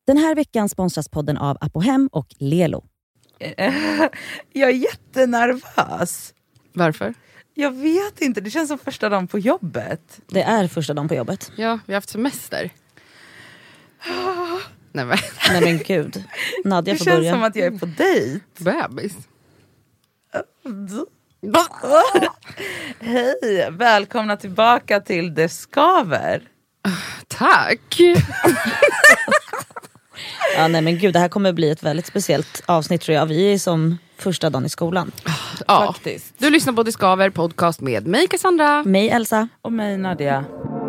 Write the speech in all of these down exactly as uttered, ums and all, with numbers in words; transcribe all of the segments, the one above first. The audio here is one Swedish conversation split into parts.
Den här veckan sponsras podden av Apohem och Lelo. Jag är jättenervös. Varför? Jag vet inte, det känns som första dagen på jobbet. Det är första dagen på jobbet. Ja, vi har haft semester. Nej men, Nej men gud. Nadja Det får känns börja. som att jag är på dejt. bebis. Hej, välkomna tillbaka till Det Skaver. Tack. Ja, nej men gud, det här kommer bli ett väldigt speciellt avsnitt tror jag. Vi är som första dagen i skolan. Ja. Faktiskt. Du lyssnar på Det Skaver podcast med mig Cassandra. Mig Elsa. Och mig Nadia.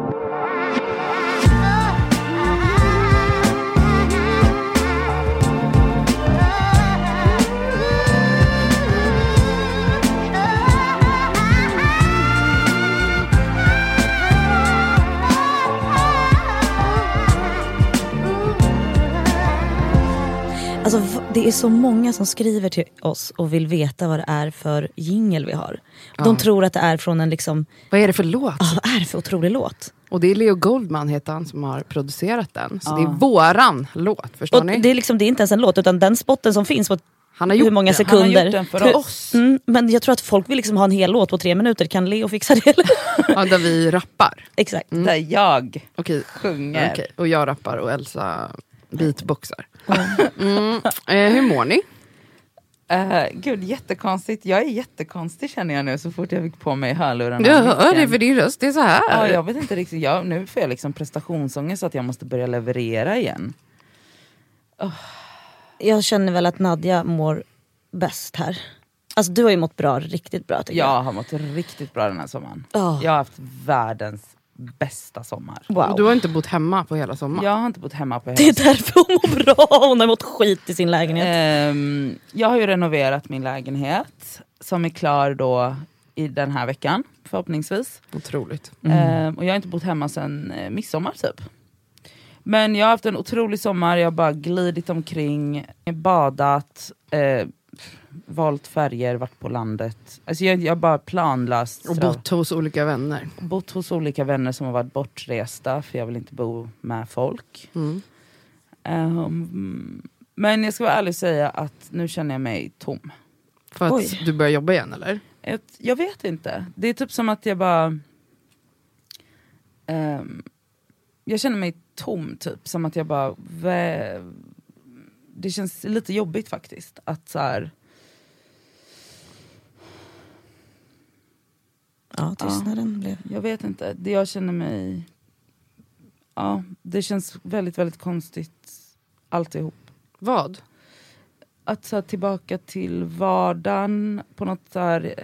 Alltså det är så många som skriver till oss och vill veta vad det är för jingle vi har. De Ja. tror att det är från en liksom, Vad är det för låt? ah, vad är det för otrolig låt? Och det är Leo Goldman heter han som har producerat den. Så Ja. det är våran låt, förstår Och ni? det är liksom, det är inte ens en låt utan den spotten som finns på Han har gjort hur många den. sekunder. Han har gjort den för Hur- oss. Mm, men jag tror att folk vill liksom ha en hel låt på tre minuter. Kan Leo fixa det? Eller? Ja, där vi rappar. Exakt. Där jag Okej. sjunger. Okej. Och jag rappar och Elsa beatboxar. Mm. Eh, hur mår ni? Uh, gud, jättekonstigt. Jag är jättekonstig känner jag nu så fort jag fick på mig hörlurarna. Jag hör det för din röst, det är så här. Ja, jag vet inte riktigt. Jag, nu får jag liksom prestationsångest så att jag måste börja leverera igen. Jag känner väl att Nadja mår bäst här. Alltså du har ju mått bra, riktigt bra tycker Jag har mått riktigt bra den här sommaren. Ja. Jag har haft världens bästa sommar. jag. Wow. Och du har inte bott hemma på hela sommaren. Jag har inte bott hemma på Det är hela därför hon mår bra. Hon har mått skit i sin lägenhet. Ehm, Jag har ju renoverat min lägenhet som är klar då i den här veckan förhoppningsvis. Otroligt. Ehm, och jag har inte bott hemma sedan eh, midsommar typ. Men jag har haft en otrolig sommar. Jag har bara glidit omkring, badat, eh, valt färger, varit på landet. Alltså jag, jag har bara planlöst Och bott hos olika vänner. bott hos olika vänner som har varit bortresta för jag vill inte bo med folk. Mm. Ehm, men jag ska vara ärlig och säga att nu känner jag mig tom. För att Oj. du börjar jobba igen eller? Jag, jag vet inte. Det är typ som att jag bara... ehm, jag känner mig tom typ. Som att jag bara... Vä, det känns lite jobbigt faktiskt. Att så här... Ja, tystnaden blev... Jag vet inte. Det jag känner mig... Ja, det känns väldigt, väldigt konstigt alltihop. Vad? Att så här, tillbaka till vardagen på något så här...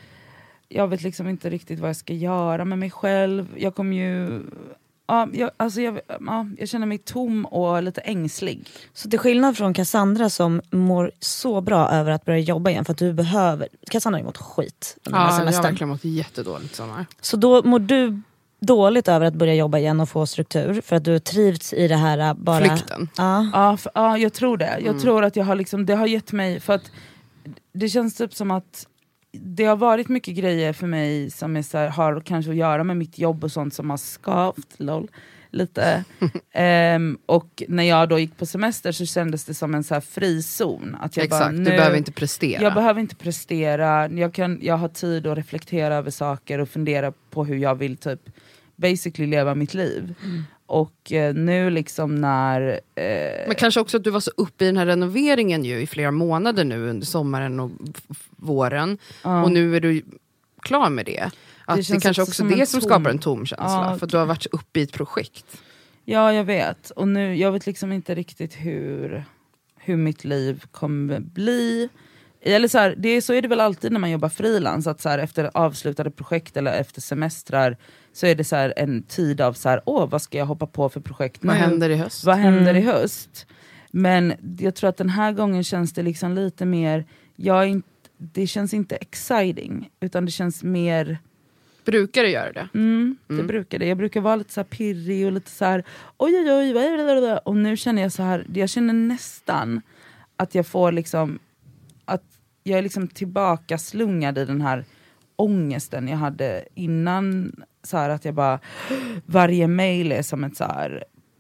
Jag vet liksom inte riktigt vad jag ska göra med mig själv. Jag kommer ju... Ja, jag, alltså jag, ja, jag känner mig tom och lite ängslig. Så till skillnad från Cassandra som mår så bra över att börja jobba igen för att du behöver... Cassandra har ju mått skit under den här Ja, jag har semestern. verkligen mått jättedåligt sommar. Så då mår du dåligt över att börja jobba igen och få struktur för att du har trivts i det här bara... Flykten. Ja. Ja, för, ja jag tror det. Jag Mm. tror att jag har liksom, det har gett mig... För att det känns typ som att det har varit mycket grejer för mig som är så här, har kanske att göra med mitt jobb och sånt som har skavt, lol, lite. Ehm, och när jag då gick på semester så kändes det som en så här frizon. Att jag Exakt, bara, du nu, behöver inte prestera. Jag behöver inte prestera. Jag, kan, jag har tid att reflektera över saker och fundera på hur jag vill typ basically leva mitt liv. Mm. Och eh, nu liksom när... Eh, Men kanske också att du var så uppe i den här renoveringen ju i flera månader nu under sommaren och f- våren. ja. Och nu är du klar med det. Att det, känns kanske också också som det en som tom- skapar en tom känsla. Ja. För att du har varit så uppe i ett projekt. Ja, jag vet. Och nu, jag vet liksom inte riktigt hur, hur mitt liv kommer bli. Eller så här, det är, så är det väl alltid när man jobbar frilans. Att så här, efter avslutade projekt eller efter semestrar så är det så här en tid av så här, åh, vad ska jag hoppa på för projekt nu? Vad händer i höst? Vad händer Mm. i höst? Men jag tror att den här gången känns det liksom lite mer, jag är inte, det känns inte exciting. Utan det känns mer... Brukar du göra det? Mm, det Mm. brukar det. Jag brukar vara lite så här pirrig och lite så här oj oj oj, vad är det där? Och nu känner jag så här, jag känner nästan att jag får liksom, att jag är liksom tillbaka slungad i den här ångesten jag hade innan, så här att jag bara, varje mail är som ett så här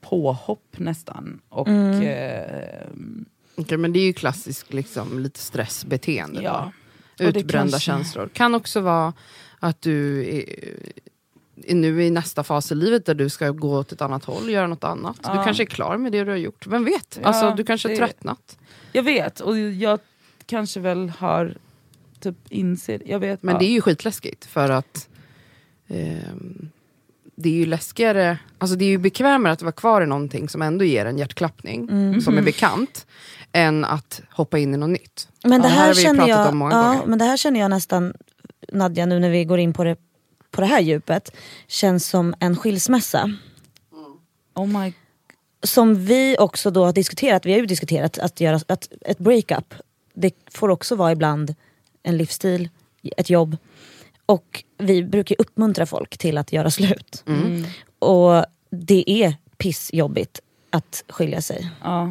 påhopp nästan. Och... Mm. Eh, Okay, men det är ju klassiskt liksom, lite stressbeteende. ja. Utbrända kanske... känslor. Kan också vara att du är, är nu i nästa fas i livet där du ska gå åt ett annat håll, göra något annat. Ja. Du kanske är klar med det du har gjort. Vem vet? Ja, alltså, du kanske har det... tröttnat. Jag vet, och jag kanske väl har typ inser, jag vet. Men ja. det är ju skitläskigt för att ehm, det är ju läskigare, alltså det är ju bekvämare att vara kvar i någonting som ändå ger en hjärtklappning, Mm. som är bekant, än att hoppa in i något nytt. Men det Ja, här, har vi känner pratat jag, om många ja, gånger. men det här känner jag nästan, Nadja, nu när vi går in på det, på det här djupet, känns som en skilsmässa. Oh my... Som vi också då har diskuterat, vi har ju diskuterat att göra att ett breakup, det får också vara ibland en livsstil, ett jobb. Och vi brukar ju uppmuntra folk till att göra slut. Mm. Och det är pissjobbigt att skilja sig. Ja.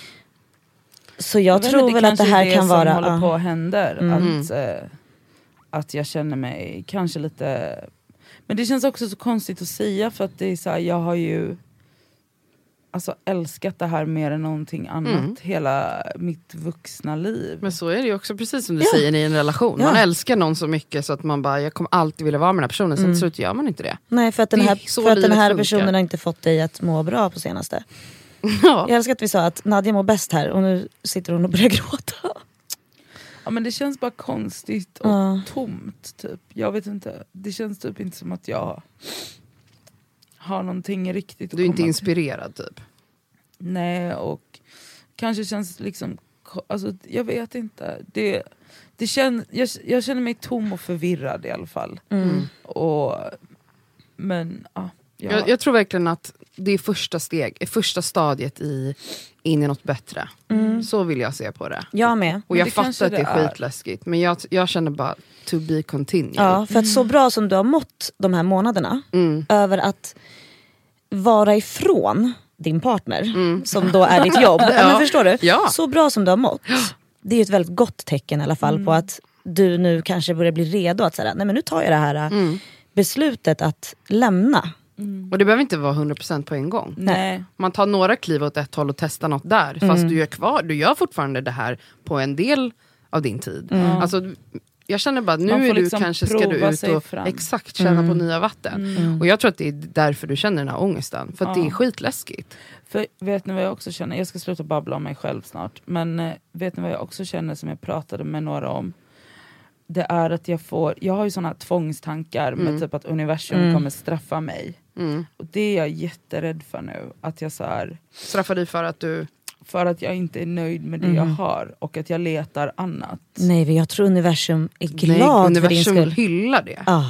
Så jag, Jag vet tror inte, väl att det här kanske är kan som vara... håller ja. på händer. Mm. Att, eh, att jag känner mig kanske lite... Men det känns också så konstigt att säga, för att det är så här, jag har ju alltså älskat det här mer än någonting annat Mm. hela mitt vuxna liv. Men så är det ju också, precis som du Ja. säger, i en relation. Ja. Man älskar någon så mycket så att man bara, jag kommer alltid vilja vara med den här personen. Sen Mm. till slut gör man inte det. Nej, för att den Det är här, så för att den livet här funkar. personen har inte fått dig att må bra på senaste. Ja. Jag älskar att vi sa att Nadja mår bäst här och nu sitter hon och börjar gråta. Ja, men det känns bara konstigt och Ja. tomt typ. Jag vet inte, det känns typ inte som att jag har någonting riktigt att Du är inte komma till. inspirerad typ. Nej, och kanske känns liksom, alltså jag vet inte. Det, det känns, jag, jag känner mig tom och förvirrad i alla fall. Mm. Och, men ja, ja. Jag, jag tror verkligen att det är första steg, är första stadiet i in i något bättre. Mm. Så vill jag se på det. Jag med. Och Men jag det fattar kanske att det är det är. skitläskigt. Men jag, jag känner bara to be continued. Ja, för att så bra som du har mått de här månaderna Mm. över att vara ifrån din partner, som då är ditt jobb. Ja. Men förstår du? Ja. Så bra som du har mått. Det är ju ett väldigt gott tecken i alla fall Mm. på att du nu kanske börjar bli redo att säga, nej men nu tar jag det här Mm. beslutet att lämna. Och det behöver inte vara hundra procent på en gång. Nej. Man tar några kliv åt ett håll och testar något där. Fast du är kvar, du gör fortfarande det här på en del av din tid. Alltså, jag känner bara att Man nu får är du liksom kanske ska du prova ut sig och fram. exakt känna på nya vatten. Mm. Och jag tror att det är därför du känner den här ångesten. För att Ja. det är skitläskigt. För vet ni vad jag också känner? Jag ska sluta babbla om mig själv snart. Men eh, vet ni vad jag också känner, som jag pratade med några om? Det är att jag får, jag har ju såna här tvångstankar med typ att universum Mm. kommer straffa mig. Mm. Och det är jag jätterädd för nu. Att jag så här, Straffar dig för att du... för att jag inte är nöjd med det Mm. jag har. Och att jag letar annat. Nej, men jag tror universum är Nej, glad för din universum skull. hyllar det. Ah.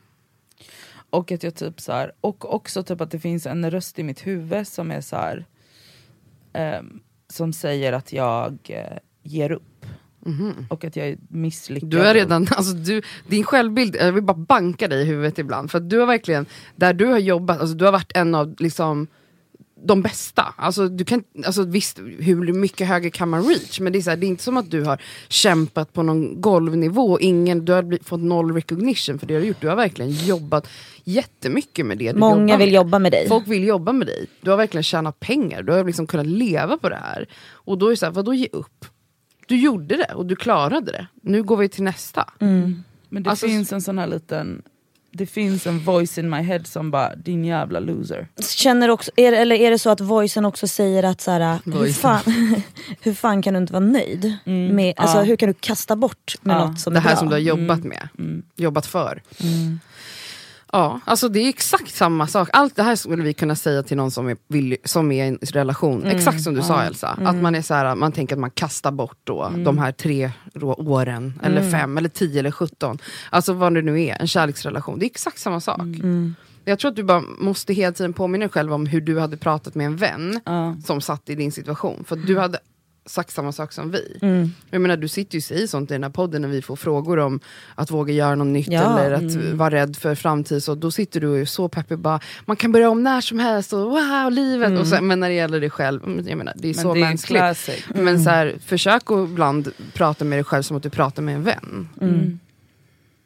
Och att jag typ så här, och också typ att det finns en röst i mitt huvud som är så här, ehm, som säger att jag eh, ger upp. Mhm. Och att jag är misslyckad. Du är redan, alltså du, din självbild, jag vill bara banka dig i huvudet ibland. För att du har verkligen, där du har jobbat, alltså du har varit en av liksom de bästa. Alltså, du kan, alltså visst, hur mycket högre kan man reach? Men det är, så här, det är inte som att du har kämpat på någon golvnivå. Ingen, du har blivit, fått noll recognition för det du har gjort. Du har verkligen jobbat jättemycket med det du Många jobbar vill med. jobba med dig. Folk vill jobba med dig. Du har verkligen tjänat pengar. Du har liksom kunnat leva på det här. Och då är det så här, vadå ge upp? Du gjorde det och du klarade det. Nu går vi till nästa. Mm. Men det Alltså- finns en sån här liten, det finns en voice in my head som bara, din jävla loser. Känner också, är, det- eller är det så att voicen också säger att så här, hur, Voicen. fan, hur fan kan du inte vara nöjd? Mm. Med, alltså, Ja. hur kan du kasta bort med Ja. något som Det är här bra? som du har jobbat Mm. med. Mm. Jobbat för. Mm. Ja, alltså det är exakt samma sak. Allt det här skulle vi kunna säga till någon som är, vill, som är i en relation. Mm. Exakt som du sa Ja. Elsa. Att man är så här, man tänker att man kastar bort då Mm. de här tre rå- åren. Eller Mm. fem, eller tio, eller sjutton. Alltså vad det nu är, en kärleksrelation. Det är exakt samma sak. Mm. Jag tror att du bara måste hela tiden påminna dig själv om hur du hade pratat med en vän Ja. som satt i din situation. För att du hade sagt samma sak som vi. Mm. Jag menar, du sitter ju och säger sånt i den här podden när vi får frågor om att våga göra något nytt Ja, eller att mm. vara rädd för framtid. Så då sitter du och är så peppig bara, man kan börja om när som helst och wow, livet. Mm. Och sen, men när det gäller dig själv, mm, jag menar, det är Men så det är mänskligt. classic. Men så här, försök att ibland prata med dig själv som att du pratar med en vän. Mm.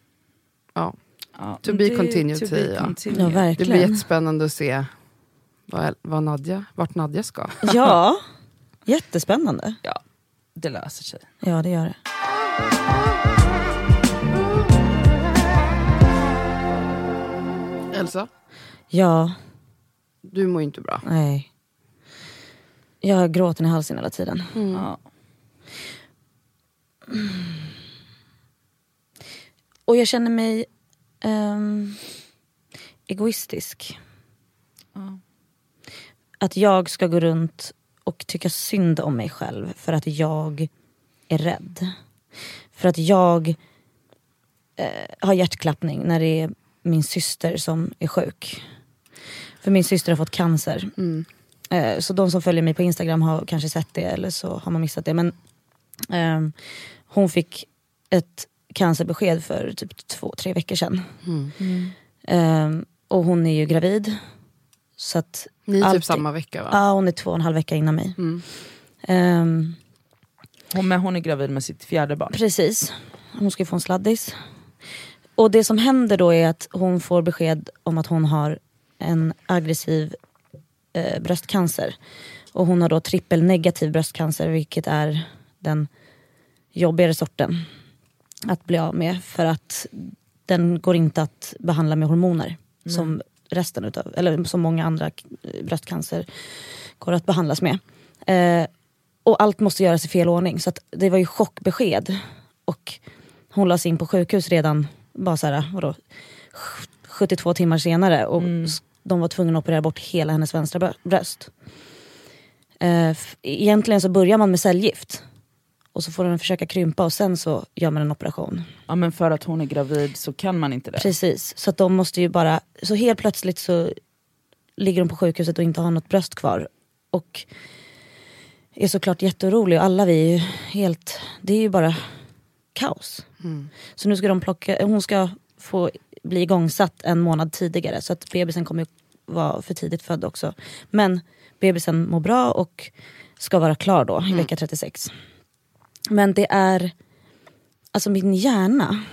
Ja. Ja, To men be det- continued, to säger be jag. continued. Ja, Det blir verkligen. jättespännande att se vad, vad Nadja, vart Nadja ska. Ja, jättespännande. Ja, det löser sig. Ja, det gör det. Elsa, Ja, du mår ju inte bra. nej. Jag har gråten i halsen hela tiden. Mm. Ja. Och jag känner mig ehm, egoistisk. Ja. Att jag ska gå runt och tycka synd om mig själv för att jag är rädd. För att jag eh, har hjärtklappning när det är min syster som är sjuk. För min syster har fått cancer. Mm. Eh, så de som följer mig på Instagram har kanske sett det, eller så har man missat det. Men eh, hon fick ett cancerbesked för typ två, tre veckor sedan. Mm. Mm. Eh, och hon är ju gravid. Så att Ni är alltid- typ samma vecka va? Ja, hon är två och en halv vecka innan mig. Mm. Ehm, Hon, men hon är gravid med sitt fjärde barn. precis. Hon ska ju få en sladdis. Och det som händer då är att hon får besked om att hon har en aggressiv eh, bröstcancer. Och hon har då trippelnegativ bröstcancer, vilket är den jobbigare sorten att bli av med. För att den går inte att behandla med hormoner som resten utav, eller som många andra bröstcancer går att behandlas med. Eh, och allt måste göras i fel ordning. Så att det var ju chockbesked. Och hon lades in på sjukhus redan bara så här, vadå, sjuttiotvå timmar senare. Och Mm. s- de var tvungna att operera bort hela hennes vänstra brö- bröst. Eh, f- egentligen så börjar man med cellgift. Och så får den försöka krympa och sen så gör man en operation. Ja, men för att hon är gravid så kan man inte det. Precis, så att de måste ju bara, så helt plötsligt så ligger de på sjukhuset och inte har något bröst kvar. Och är såklart jätteorolig, och alla vi är ju helt, det är ju bara kaos. Mm. Så nu ska de plocka, hon ska få bli igångsatt en månad tidigare, så att bebisen kommer ju vara för tidigt född också. Men bebisen mår bra och ska vara klar då i vecka trettiosex. Men det är, alltså min hjärna,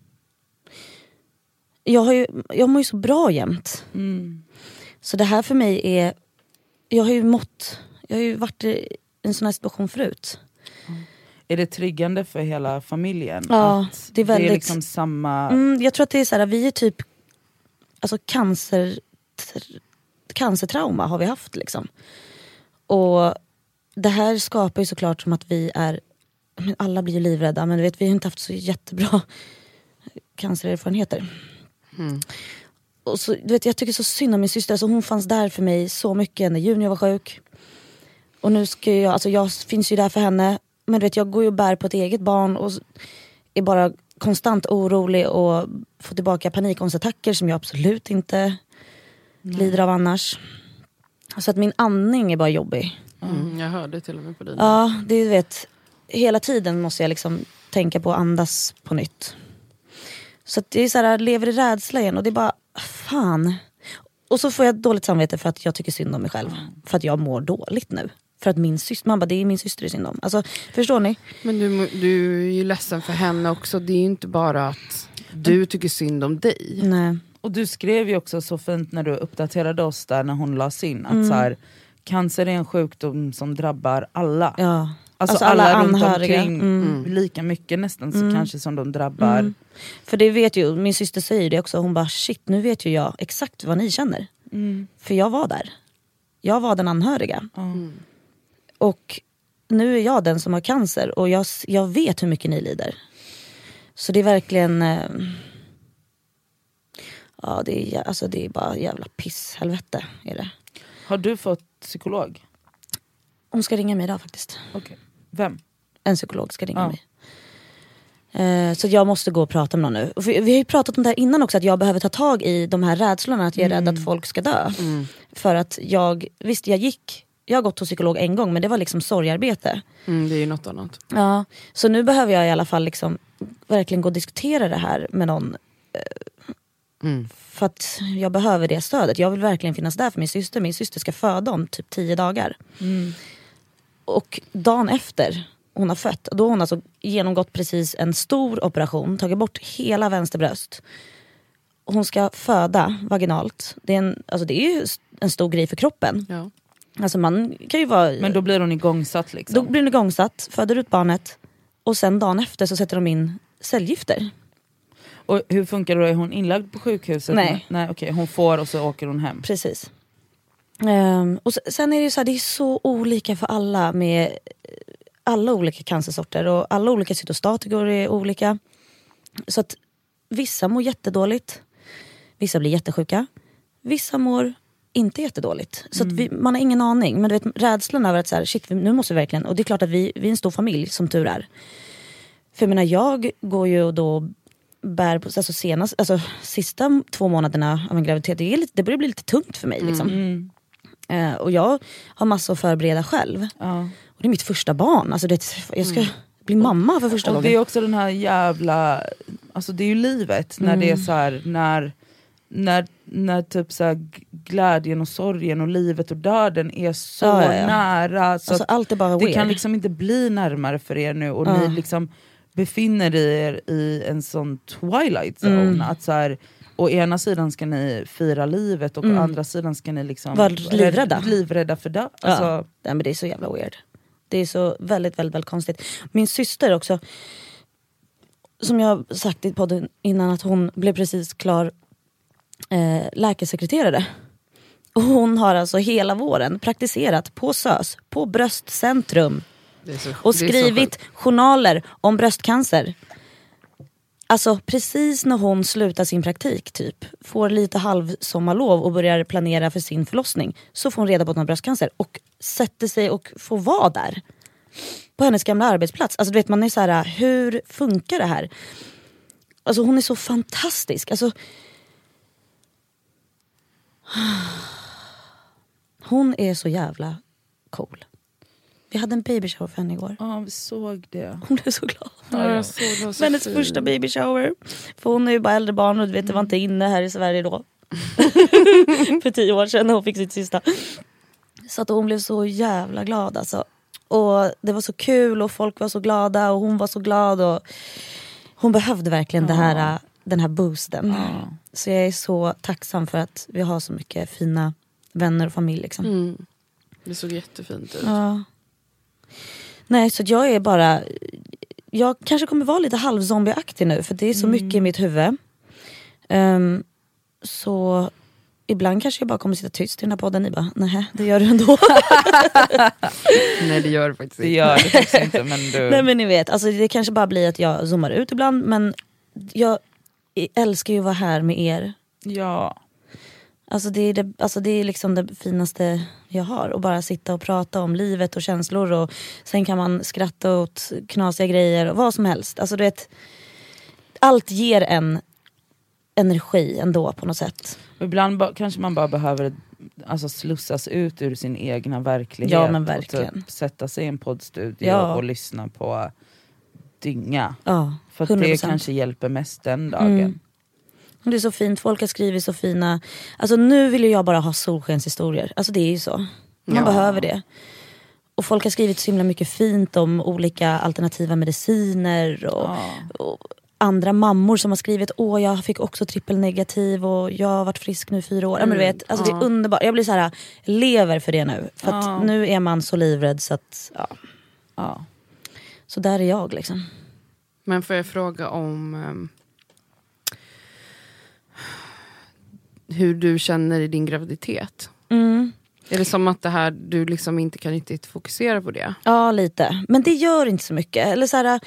jag, har ju, jag mår ju så bra jämt. Mm. Så det här för mig är, jag har ju mått, jag har ju varit i en sån här situation förut. Är det tryggande för hela familjen? Ja, att det är väldigt- Det är liksom samma... Mm, jag tror att det är så här, vi är typ, alltså cancer, tr- cancertrauma har vi haft liksom. Och det här skapar ju såklart som att vi är, men alla blir ju livrädda, men du vet, vi har inte haft så jättebra cancererfarenheter. Mm. Och så, du vet, jag tycker så synd om min syster, alltså hon fanns där för mig så mycket när Junior var sjuk. Och nu ska jag, alltså jag finns ju där för henne, men du vet, jag går ju och bär på ett eget barn och är bara konstant orolig och får tillbaka panikångestattacker som jag absolut inte lider av annars. Så att min andning är bara jobbig. Mm. Jag hörde till och med på dig. Ja, det är, du vet, hela tiden måste jag liksom tänka på att andas på nytt. Så att det är så här, jag lever i rädsla igen och det är bara, fan. Och så får jag dåligt samvete för att jag tycker synd om mig själv. För att jag mår dåligt nu. För att min syster, man bara, det är min syster i synd om. Alltså, förstår ni? Men du, du är ju ledsen för henne också. Det är ju inte bara att du tycker synd om dig. Nej. Och du skrev ju också så fint när du uppdaterade oss där när hon lades in. Att Mm. så här, cancer är en sjukdom som drabbar alla. Ja. Alltså, Alltså alla, alla runt anhöriga. omkring. Mm. Lika mycket nästan så Mm. kanske som de drabbar. Mm. För det vet ju, min syster säger det också. Hon bara, shit, nu vet ju jag exakt vad ni känner. Mm. För jag var där. Jag var den anhöriga. Ja. Mm. Och nu är jag den som har cancer. Och jag, jag vet hur mycket ni lider. Så det är verkligen... Eh, ja, det är, alltså det är bara jävla pisshelvete. Är det. Har du fått psykolog? Hon ska ringa mig idag faktiskt. Okay. Vem? En psykolog ska ringa Ja. mig. Eh, så jag måste gå och prata med någon nu. Och vi, vi har ju pratat om det här innan också. Att jag behöver ta tag i de här rädslorna. Att jag är rädd att folk ska dö. Mm. För att jag, visst jag gick... Jag har gått hos psykolog en gång, men det var liksom sorgarbete. Mm, det är ju något annat. Ja, så nu behöver jag i alla fall liksom verkligen gå och diskutera det här med någon. Mm. För att jag behöver det stödet. Jag vill verkligen finnas där för min syster. Min syster ska föda om typ tio dagar. Mm. Och dagen efter hon har fött, då har hon alltså genomgått precis en stor operation. Tagit bort hela vänster bröst. Hon ska föda vaginalt. Det är, en, alltså det är ju en stor grej för kroppen. Ja. Alltså man kan ju vara... Men då blir hon igångsatt liksom. Då blir hon igångsatt, föder ut barnet och sen dagen efter så sätter de in cellgifter. Och hur funkar det då? Är hon inlagd på sjukhuset? Nej. Nej, okej. Okay. Hon får och så åker hon hem. Precis. Um, och sen är det ju så här, det är så olika för alla med alla olika cancersorter och alla olika cytostatikor är olika. Så att vissa mår jättedåligt, vissa blir jättesjuka, vissa mår inte jättedåligt. Så Mm. att vi, man har ingen aning. Men du vet, rädslan över att så här, shit, nu måste vi verkligen... Och det är klart att vi, vi är en stor familj, som tur är. För jag menar, jag går ju och då bär på... Alltså senast, alltså sista två månaderna av en graviditet, det, är lite, det börjar bli lite tungt för mig. Liksom. Mm. Eh, och jag har massor att förbereda själv. Ja. Och det är mitt första barn. Alltså det, jag ska Mm. bli mamma för första Och gången. det är också den här jävla... Alltså det är ju livet när Mm. det är så här... När, när, när typ så här g- glädjen och sorgen och livet och döden är så Ja, ja, ja. nära. Så Alltså att allt är bara det weird. kan liksom inte bli närmare för er nu. Och Ja. ni liksom befinner er i en sån twilight zone. Mm. Att så här, å ena sidan ska ni fira livet och Mm. å andra sidan ska ni liksom Vara livrädda. livrädda för död. Ja. Alltså, Nej, men det är så jävla weird. Det är så väldigt, väldigt, väldigt konstigt. Min syster också, som jag sagt i podden innan, att hon blev precis klar eh, läkarsekreterare. Och hon har alltså hela våren praktiserat på S Ö S, på Bröstcentrum. Det är så, Och det är så skrivit sjukt. journaler om bröstcancer. Alltså precis när hon slutar sin praktik typ, får lite halvsommarlov och börjar planera för sin förlossning, så får hon reda på att hon har bröstcancer och sätter sig och får vara där på hennes gamla arbetsplats. Alltså du vet, man är så här, hur funkar det här? Alltså hon är så fantastisk. Alltså hon är så jävla cool. Vi hade en baby shower för henne igår. ja, vi såg det. Hon blev så glad. Ja, jag såg det var så Hennes fint. första baby shower. För hon är ju bara äldre barn och du vet, det var inte inne här i Sverige då. För tio år sedan när hon fick sitt sista. Så att hon blev så jävla glad alltså. Och det var så kul och folk var så glada och hon var så glad. Och hon behövde verkligen det här, den här boosten. Ja. Så jag är så tacksam för att vi har så mycket fina vänner och familj liksom. Mm. Det såg jättefint ut. Ja. Nej, så jag är bara... Jag kanske kommer vara lite halvzombieaktig nu, för det är så Mm. mycket i mitt huvud. Um, så ibland kanske jag bara kommer sitta tyst i den här podden. Ni bara, nej, det gör du ändå. Nej, det gör det faktiskt Det inte. gör det faktiskt inte. Men du... Nej, men ni vet, alltså, det kanske bara blir att jag zoomar ut ibland. Men jag älskar ju att vara här med er. Ja. Alltså det, är det, alltså det är liksom det finaste jag har. Och bara sitta och prata om livet och känslor. Och sen kan man skratta åt knasiga grejer och vad som helst. Alltså du vet, allt ger en energi ändå på något sätt. Ibland ba- kanske man bara behöver alltså, slussas ut ur sin egna verklighet. Ja, men verkligen. Och typ, sätta sig i en poddstudio Ja. och lyssna på dynga. Ja, För att hundra det procent. kanske hjälper mest den dagen. Mm. Och det är så fint, folk har skrivit så fina... Alltså nu vill ju jag bara ha solskenshistorier. Alltså det är ju så. Man Ja. behöver det. Och folk har skrivit så himla mycket fint om olika alternativa mediciner. Och, Ja. och andra mammor som har skrivit, åh jag fick också trippelnegativ och jag har varit frisk nu i fyra år. Ja, men du vet, alltså det är Ja. underbart. Jag blir så här, lever för det nu. För att Ja. nu är man så livrädd så att, ja. Ja. Så där är jag liksom. Men får jag fråga om um, hur du känner i din graviditet? Mm. Är det som att det här, du liksom inte kan riktigt fokusera på det? Ja, lite. Men det gör inte så mycket. Eller så här,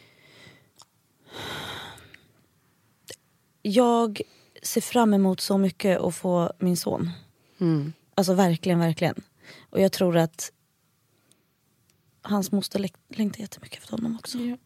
jag ser fram emot så mycket att få min son. Mm. Alltså verkligen, verkligen. Och jag tror att hans moster lä- längtar jättemycket efter honom också. Ja.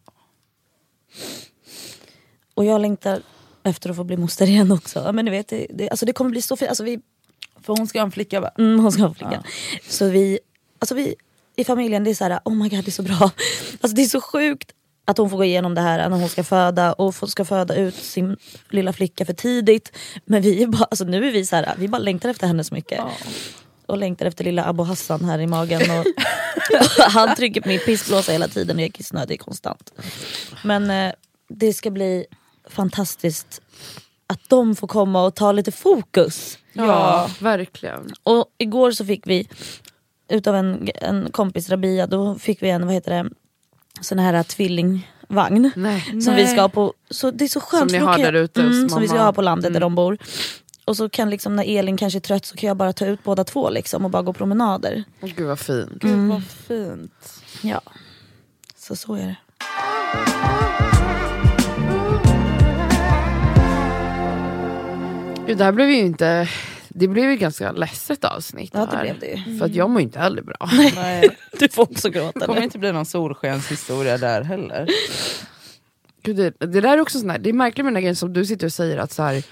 Och jag längtar efter att få bli moster igen också. Ja, men ni vet, det, det, alltså det kommer bli så fint. Alltså vi, För hon ska ha en flicka va? mm, hon ska ha en flicka. Ja. Så vi, alltså vi i familjen, det är så här, oh my god, det är så bra. Alltså det är så sjukt att hon får gå igenom det här när hon ska föda och få- ska föda ut sin lilla flicka för tidigt. Men vi är bara, alltså nu är vi så här, vi bara längtar efter henne så mycket. Ja. Och längtar efter lilla Abu Hassan här i magen. Och han trycker på min pissblåsa hela tiden och jag är kissnödig konstant. Men eh, det ska bli fantastiskt att de får komma och ta lite fokus. Ja, Ja. verkligen. Och igår så fick vi utav en, en kompis Rabia, då fick vi en, vad heter det, sån här tvillingvagn. Nej. Som Nej. vi ska ha på, så det är så skönt. Som ni för då har kan jag- där ute hos mm, Som vi ska mamma. ha på landet Mm. där de bor. Och så kan liksom när Elin kanske är trött så kan jag bara ta ut båda två liksom och bara gå promenader. Åh, gud vad fint. Gud vad fint. Ja, så så är det. Gud, det här blev ju inte... Det blev ju ganska ledset avsnitt. Ja, det här. blev det ju. För att jag mår inte heller bra. Nej. Du får också gråta Det kommer nu. inte bli någon solskenshistoria där heller. Gud, det, det där är också sån här, det är märkligt med den här grejen som du sitter och säger att så här,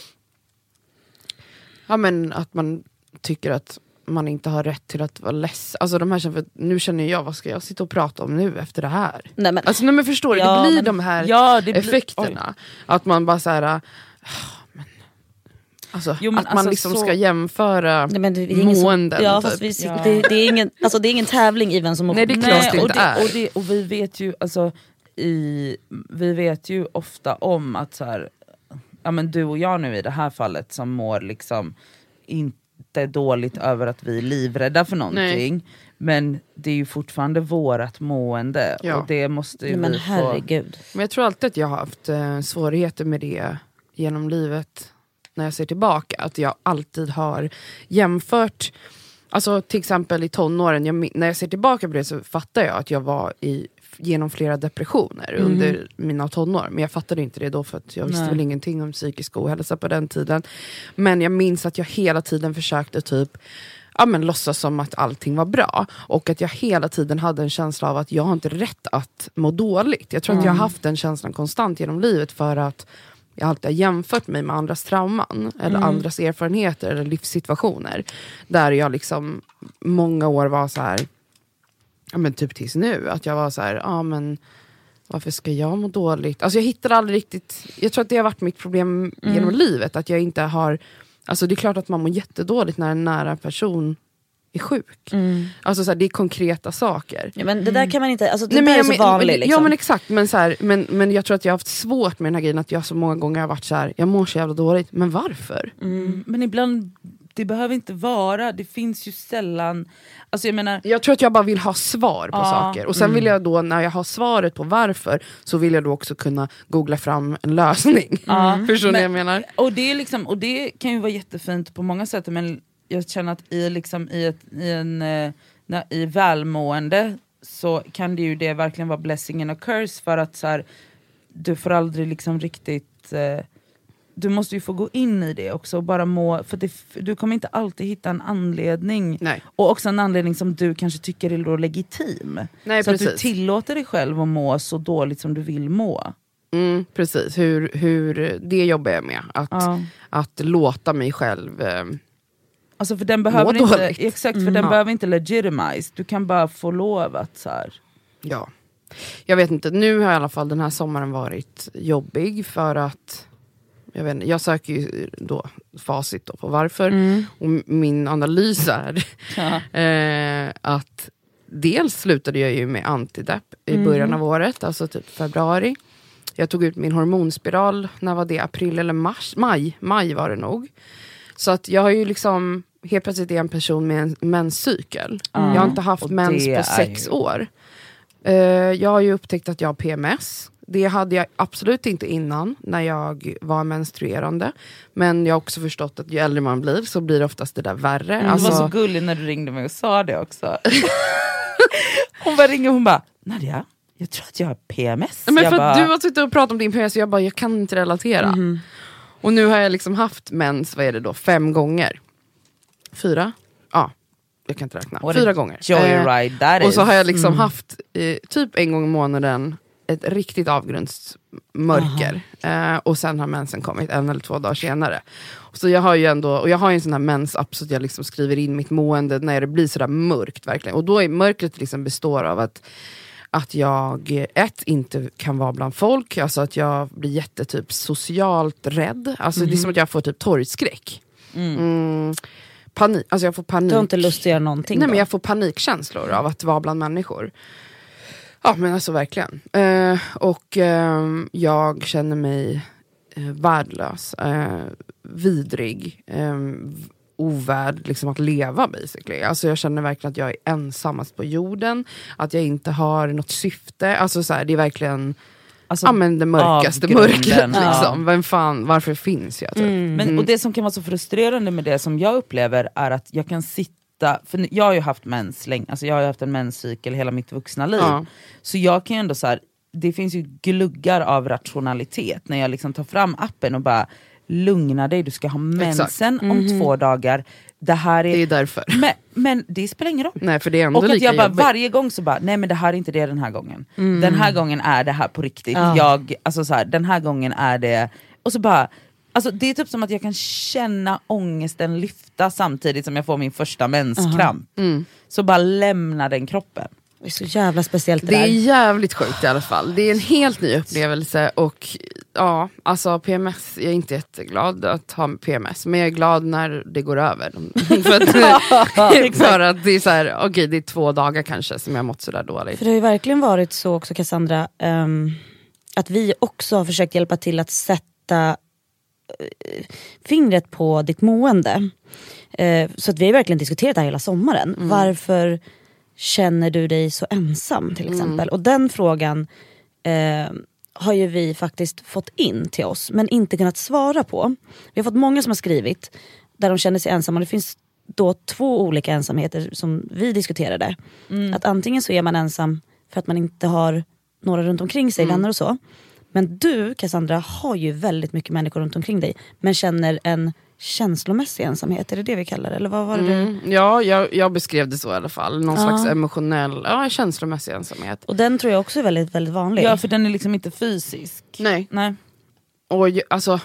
ja men att man tycker att man inte har rätt till att vara ledsen. Alltså de här känner, för nu känner jag, vad ska jag sitta och prata om nu efter det här? Nej, men, Alltså nej, men förstår du, Ja, det blir men- de här Ja, det blir- effekterna. Att man bara så här, ah, men, alltså, Jo, men att man alltså liksom så- ska jämföra nej, men det är ingen som, måenden. ja, typ. fast vi, Ja. det, det, är ingen, alltså, det är ingen tävling i vem som mår. Nej, det är Nej, klart det och, inte det, är. och, det, och vi vet ju alltså, i, vi vet ju ofta om att så här, ja, men du och jag nu i det här fallet som mår liksom inte dåligt över att vi är livrädda för någonting. Nej. Men det är ju fortfarande vårat mående Ja. och det måste ju Nej, men vi få... herregud. Men jag tror alltid att jag har haft eh, svårigheter med det genom livet när jag ser tillbaka. Att jag alltid har jämfört, alltså till exempel i tonåren, jag, min- när jag ser tillbaka på det så fattar jag att jag var i, genom flera depressioner Mm. under mina tonår. Men jag fattade inte det då för att jag visste Nej. väl ingenting om psykisk ohälsa på den tiden. Men jag minns att jag hela tiden försökte typ ja, men låtsas som att allting var bra. Och att jag hela tiden hade en känsla av att jag har inte rätt att må dåligt. Jag tror att jag har haft den känslan konstant genom livet för att jag alltid har jämfört mig med andras trauman. Eller andras erfarenheter eller livssituationer. Där jag liksom många år var så här, ja men typ tills nu. Att jag var så här, ja men varför ska jag må dåligt? Alltså jag hittade aldrig riktigt, jag tror att det har varit mitt problem genom livet. Att jag inte har, alltså det är klart att man mår jättedåligt när en nära person är sjuk. Alltså så här, det är konkreta saker. Ja, men det där kan man inte, alltså det Nej, där är jag så men- vanligt liksom. Ja men exakt, men, så här, men, men jag tror att jag har haft svårt med den här grejen. Att jag så många gånger har varit så här, jag mår så jävla dåligt. Men varför? Mm, men ibland, det behöver inte vara, det finns ju sällan... Alltså jag menar... Jag tror att jag bara vill ha svar på Ja. saker. Och sen vill jag då, när jag har svaret på varför, så vill jag då också kunna googla fram en lösning. Ja. Förstår ni vad jag Men- menar? Och det, är liksom, och det kan ju vara jättefint på många sätt, men jag känner att i, liksom, i, ett, i, en, eh, när, i välmående så kan det ju det verkligen vara blessing and a curse, för att så här, du får aldrig liksom riktigt... Eh, du måste ju få gå in i det också och bara må, för det, du kommer inte alltid hitta en anledning. Nej. Och också en anledning som du kanske tycker är då legitim. Nej, så precis. att du tillåter dig själv att må så dåligt som du vill må. Mm, precis, hur, hur det jobbar jag med. Att, Ja. att låta mig själv... Eh, Alltså för den behöver Må inte, dåligt. exakt, för den Ja. behöver inte legitimize. Du kan bara få lov att så här. ja. Jag vet inte, nu har i alla fall den här sommaren varit jobbig för att... Jag, vet inte, jag söker ju då facit då på varför. Och m- min analys är Ja. eh, att dels slutade jag ju med antidepp i början av året, alltså typ februari. Jag tog ut min hormonspiral, när var det? April eller mars? Maj, maj var det nog. Så att jag har ju liksom, helt plötsligt är en person med en menscykel. Jag har inte haft Och mens det på är sex ju- år. Eh, jag har ju upptäckt att jag har P M S. Det hade jag absolut inte innan när jag var menstruerande. Men jag har också förstått att ju äldre man blir så blir det oftast det där värre. Du Alltså, var så gullig när du ringde mig och sa det också. Hon bara ringer och hon bara, Nadia, jag tror att jag har P M S. men jag för bara, att du har suttit och pratat om din P M S och jag bara, jag kan inte relatera. Mhm. Och nu har jag liksom haft mens, vad är det då, fem gånger. Fyra? Ja, jag kan inte räkna. What a Fyra gånger. joyride that och så is. har jag liksom Mm. haft eh, typ en gång i månaden ett riktigt avgrundsmörker. Eh, och sen har mensen kommit en eller två dagar senare. Så jag har ju ändå, och jag har ju en sån här mensapp så att jag liksom skriver in mitt mående när det blir sådär mörkt verkligen. Och då är mörkret liksom består av att att jag, ett, inte kan vara bland folk. Alltså att jag blir jättetyp socialt rädd. Alltså det är som att jag får typ torgskräck. Mm. Panik, alltså jag får panik. Du har inte lust att göra någonting Nej, då? men jag får panikkänslor av att vara bland människor. Ja men alltså verkligen. Eh, och eh, jag känner mig eh, värdelös, eh, vidrig, eh, ovärd liksom att leva basically. Alltså jag känner verkligen att jag är ensammast på jorden, att jag inte har något syfte, alltså så här, det är verkligen alltså, ja, men det mörkaste mörkret liksom. Ja. Vem fan, varför finns jag typ? Mm. Men, och det som kan vara så frustrerande med det som jag upplever är att jag kan sitta, för jag har ju haft mens länge, alltså jag har ju haft en menscykel hela mitt vuxna liv, ja. Så jag kan ju ändå så här, det finns ju gluggar av rationalitet när jag liksom tar fram appen och bara lugna dig, du ska ha mensen mm-hmm. om två dagar. Det här är, det är därför. Men, men det spelar ingen roll. Nej, för det är ändå och att lika jag bara jobbigt. varje gång så bara, nej men det här är inte det den här gången. Mm. Den här gången är det här på riktigt. Ja. Jag, alltså så här, den här gången är det, och så bara, alltså det är typ som att jag kan känna ångesten lyfta samtidigt som jag får min första menskramp. Uh-huh. Mm. Så bara lämna den kroppen. Det är så jävla speciellt det Det där. är jävligt sjukt i alla fall. Det är en helt ny upplevelse. Och ja, alltså P M S, jag är inte jätteglad att ha P M S. Men jag är glad när det går över. för, att, för att det är så här, okej okay, det är två dagar kanske som jag mått så där dåligt. För det har ju verkligen varit så också, Cassandra, um, att vi också har försökt hjälpa till att sätta uh, fingret på ditt mående. Uh, så att vi har verkligen diskuterat det här hela sommaren. Mm. Varför känner du dig så ensam till exempel? Mm. Och den frågan eh, har ju vi faktiskt fått in till oss men inte kunnat svara på. Vi har fått många som har skrivit där de känner sig ensamma. Det finns då två olika ensamheter som vi diskuterade. Mm. Att antingen så är man ensam för att man inte har några runt omkring sig, mm. vänner och så. Men du, Cassandra, har ju väldigt mycket människor runt omkring dig men känner en känslomässig ensamhet, är det det vi kallar det? Eller vad var det mm. du? Ja, jag, jag beskrev det så i alla fall. Någon ja. slags emotionell, ja, känslomässig ensamhet. Och den tror jag också är väldigt, väldigt vanlig. Ja, för den är liksom inte fysisk. Nej. Nej. Och alltså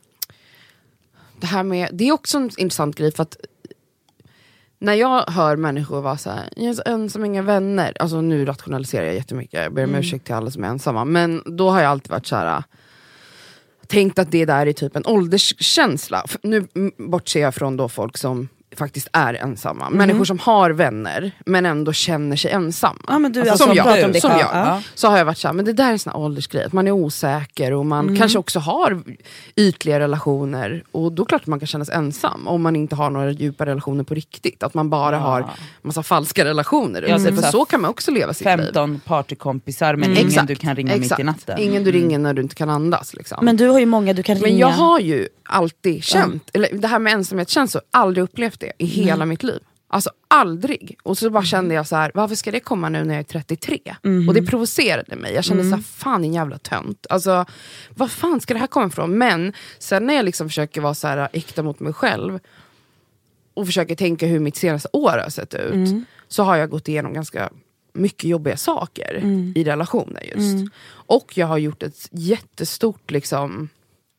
det här med, det är också en intressant grej för att när jag hör människor vara så här, jag är så ensam, inga vänner. Alltså nu rationaliserar jag jättemycket. Jag ber om mm. ursäkt till alla som är ensamma. Men då har jag alltid varit så här, tänkt att det där är typ en ålderskänsla. Nu bortser jag från då folk som faktiskt är ensamma. Mm. Människor som har vänner men ändå känner sig ensamma. Ja, men du, alltså, alltså, som jag, om det som ja. jag. Ja. Så har jag varit så här, men det där är en sån här åldersgrej. Att man är osäker och man mm. kanske också har ytliga relationer. Och då klart man kan känna sig ensam om man inte har några djupa relationer på riktigt. Att man bara ja. har massa falska relationer. Mm. För så, så kan man också leva sitt femton liv. femton partykompisar men mm. ingen Exakt. du kan ringa Exakt. mitt i natten. Ingen du mm. ringer när du inte kan andas. Liksom. Men du har ju många du kan ringa. Men jag har ju alltid känt, eller det här med ensamhet känns så, aldrig upplevt det i hela mm. mitt liv. Alltså aldrig. Och så bara kände jag så här, varför ska det komma nu när jag är trettiotre? Mm. Och det provocerade mig. Jag kände mm. så här, fan en jävla tönt. Alltså, vad fan ska det här komma ifrån? Men sen när jag liksom försöker vara så här äkta mot mig själv och försöker tänka hur mitt senaste år har sett ut, mm. så har jag gått igenom ganska mycket jobbiga saker mm. i relationer just. Mm. Och jag har gjort ett jättestort liksom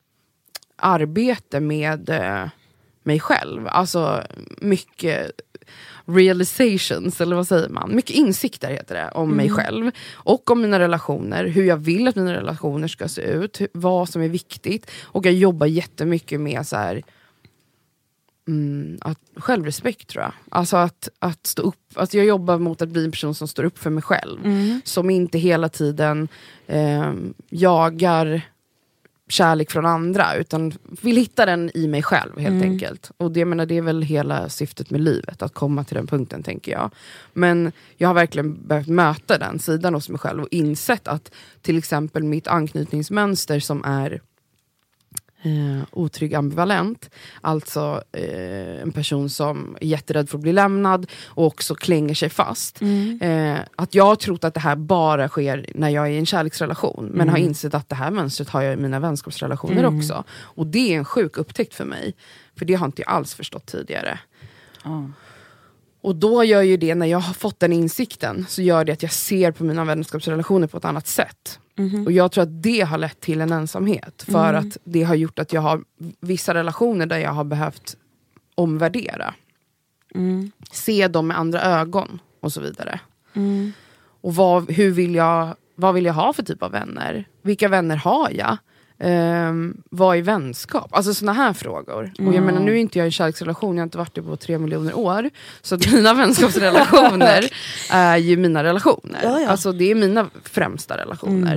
arbete med eh, mig själv. Alltså mycket realizations, eller vad säger man? Mycket insikter heter det, om mm. mig själv. Och om mina relationer, hur jag vill att mina relationer ska se ut, hur, vad som är viktigt. Och jag jobbar jättemycket med så här, mm, att, självrespekt tror jag. Alltså att, att stå upp, alltså jag jobbar mot att bli en person som står upp för mig själv. Mm. Som inte hela tiden eh, jagar kärlek från andra, utan vill hitta den i mig själv helt mm. enkelt. Och det, menar, det är väl hela syftet med livet, att komma till den punkten, tänker jag. Men jag har verkligen behövt möta den sidan hos mig själv och insett att till exempel mitt anknytningsmönster som är eh, otrygg ambivalent, alltså eh, en person som är jätterädd för att bli lämnad och också klänger sig fast. Mm. Eh, att jag har trott att det här bara sker när jag är i en kärleksrelation, men mm. har insett att det här mönstret har jag i mina vänskapsrelationer mm. också. Och det är en sjuk upptäckt för mig, för det har inte jag alls förstått tidigare. Mm. Och då gör ju det, när jag har fått den insikten, så gör det att jag ser på mina vänskapsrelationer på ett annat sätt. Mm-hmm. Och jag tror att det har lett till en ensamhet. För mm. att det har gjort att jag har vissa relationer där jag har behövt omvärdera. Mm. Se dem med andra ögon och så vidare. Mm. Och vad, hur vill jag, vad vill jag ha för typ av vänner? Vilka vänner har jag? Um, vad är vänskap? Alltså såna här frågor. Mm. Och jag menar, nu är inte jag i en kärleksrelation, jag har inte varit det på tre miljoner år. Så att mina vänskapsrelationer är ju mina relationer. Ja, ja. Alltså det är mina främsta relationer. Mm.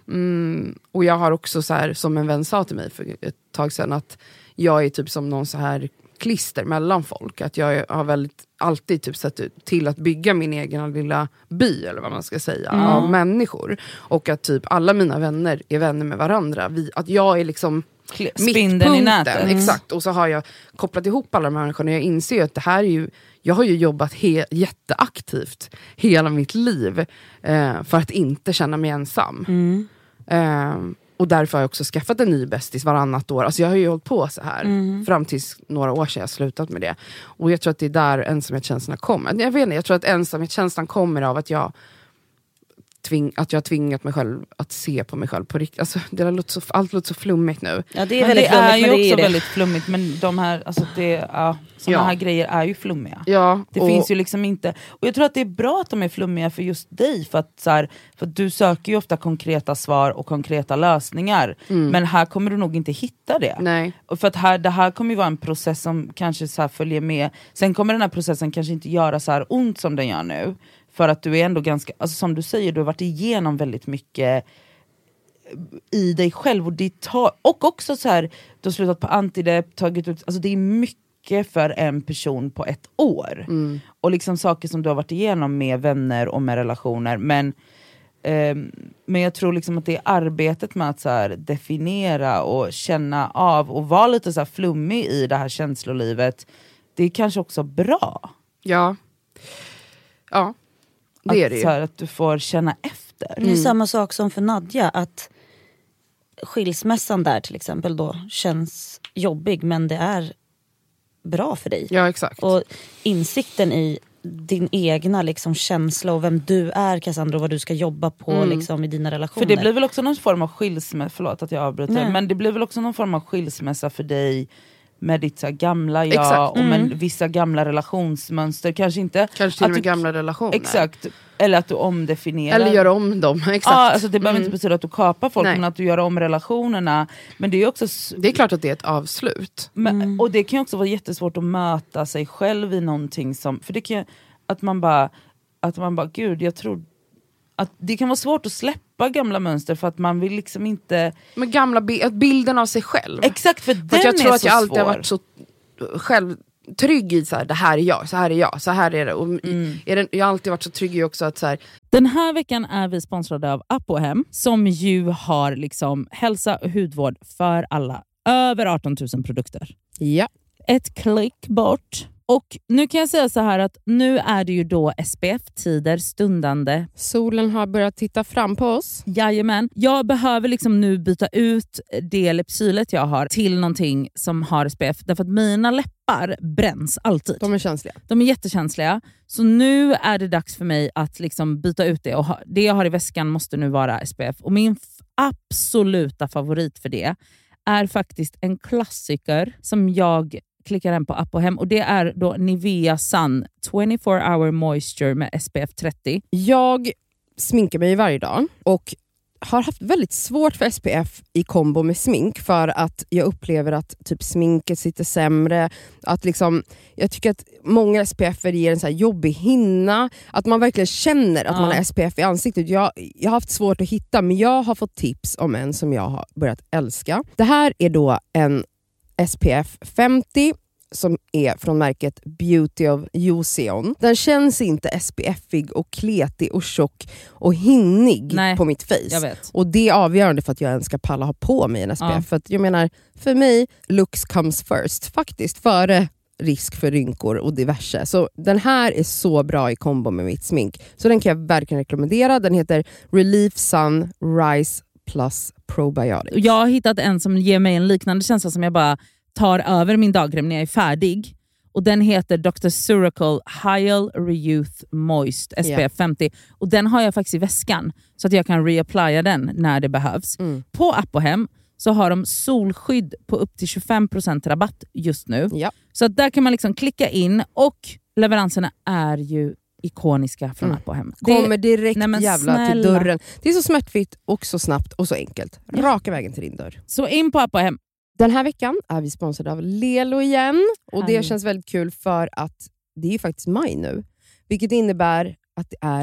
Mm, och jag har också så här, som en vän sa till mig för ett tag sedan, att jag är typ som någon så här klister mellan folk. Att jag har väldigt alltid typ sett till att bygga min egen lilla by, eller vad man ska säga, mm. av människor. Och att typ alla mina vänner är vänner med varandra. Vi, att jag är liksom spindeln i nätet. Mm. Exakt. Och så har jag kopplat ihop alla de här människorna. Jag inser ju att det här är ju, jag har ju jobbat he- jätteaktivt hela mitt liv eh, för att inte känna mig ensam. Mm. Eh, och därför har jag också skaffat en ny bästis varannat år. Alltså jag har ju hållit på så här mm. fram till några år sedan jag slutat med det. Och jag tror att det är där ensamhetskänslan kommer. Jag vet inte, jag tror att ensamhetskänslan kommer av att jag Tving, att jag har tvingat mig själv att se på mig själv på riktigt. Alltså, det låter så, allt låter så flummigt nu. Ja, det är, men väldigt det är flummigt, ju men det också är det. väldigt flummigt. Men de här, alltså det, ja, såna ja. här grejer är ju flummiga. Ja, det och, finns ju liksom inte. Och jag tror att det är bra att de är flummiga för just dig. För att, så här, för att du söker ju ofta konkreta svar och konkreta lösningar. Mm. Men här kommer du nog inte hitta det. Nej. Och för att här, det här kommer ju vara en process som kanske så här följer med. Sen kommer den här processen kanske inte göra så här ont som den gör nu. För att du är ändå ganska, alltså som du säger, du har varit igenom väldigt mycket i dig själv. Och, det tar, och också så här, du har slutat på antidep, tagit ut, alltså det är mycket för en person på ett år. Mm. Och liksom saker som du har varit igenom med vänner och med relationer. Men, eh, men jag tror liksom att det är arbetet med att så här, definiera och känna av och vara lite så här flummig i det här känslolivet. Det är kanske också bra. Ja. Ja. Det att, är det ju. Så här, att du får känna efter. Det är mm. samma sak som för Nadja, att skilsmässan där till exempel då känns jobbig, men det är bra för dig. Ja, exakt. Och insikten i din egna liksom känsla och vem du är, Cassandra, och vad du ska jobba på mm. liksom, i dina relationer. För det blir väl också någon form av skilsmässa, förlåt att jag avbryter, Nej. men det blir väl också någon form av skilsmässa för dig med ditt så här, gamla jag. Exakt. Och med mm. vissa gamla relationsmönster. Kanske inte Kanske till och med du, gamla relationer. Exakt. Eller att du omdefinierar. Eller gör om dem. Exakt. Ja, alltså det behöver mm. inte betyda att du kapar folk. Nej. Men att du gör om relationerna. Men det är också det är klart att det är ett avslut. Men, mm. Och det kan också vara jättesvårt att möta sig själv i någonting som. För det kan att man bara Att man bara, gud jag tror att det kan vara svårt att släppa gamla mönster för att man vill liksom inte. Men gamla bi- bilden av sig själv. Exakt, för, för den jag tror är att så jag alltid svår. har varit så själv trygg i så här, det här är jag, så här är jag, så här är det. Och mm. är det, jag har alltid varit så trygg i också att så här. Den här veckan är vi sponsrade av Apohem, som ju har liksom hälsa och hudvård för alla. Över arton tusen produkter. Ja. Ett klick bort. Och nu kan jag säga så här att nu är det ju då S P F-tider stundande. Solen har börjat titta fram på oss. Jajamän. Jag behöver liksom nu byta ut det läppsylet jag har till någonting som har S P F. Därför att mina läppar bränns alltid. De är känsliga. De är jättekänsliga. Så nu är det dags för mig att liksom byta ut det. Och ha, det jag har i väskan måste nu vara S P F. Och min f- absoluta favorit för det är faktiskt en klassiker som jag klickar den på Apohem, och det är då Nivea Sun twenty-four hour moisture med S P F trettio. Jag sminkar mig varje dag och har haft väldigt svårt för S P F i kombo med smink, för att jag upplever att typ sminket sitter sämre, att liksom, jag tycker att många S P F ger en så här jobbig hinna, att man verkligen känner att ja. man har S P F i ansiktet. Jag, jag har haft svårt att hitta, men jag har fått tips om en som jag har börjat älska. Det här är då en S P F femtio som är från märket Beauty of Joseon. Den känns inte S P F-ig och kletig och tjock och hinnig Nej, på mitt face. Jag vet. Och det är avgörande för att jag ens ska palla ha på mig en S P F. Ja. För att jag menar, för mig, looks comes first. Faktiskt, före risk för rynkor och diverse. Så den här är så bra i kombo med mitt smink. Så den kan jag verkligen rekommendera. Den heter Relief Sun Rise Plus Probiotics. Jag har hittat en som ger mig en liknande känsla som jag bara tar över min dagkräm när jag är färdig. Och den heter doktor Suracle Hyal Reyouth Moist S P F femtio. Och den har jag faktiskt i väskan så att jag kan reapplya den när det behövs. Mm. På Apohem så har de solskydd på upp till tjugofem procent rabatt just nu. Ja. Så att där kan man liksom klicka in, och leveranserna är ju ikoniska från mm. Apohem. Det kommer direkt nej, jävla snälla. till dörren. Det är så smärtfritt och så snabbt och så enkelt. Raka vägen till din dörr. Så in på Apohem. Den här veckan är vi sponsrade av Lelo igen. Och det Härligt. känns väldigt kul för att det är ju faktiskt maj nu. Vilket innebär att det är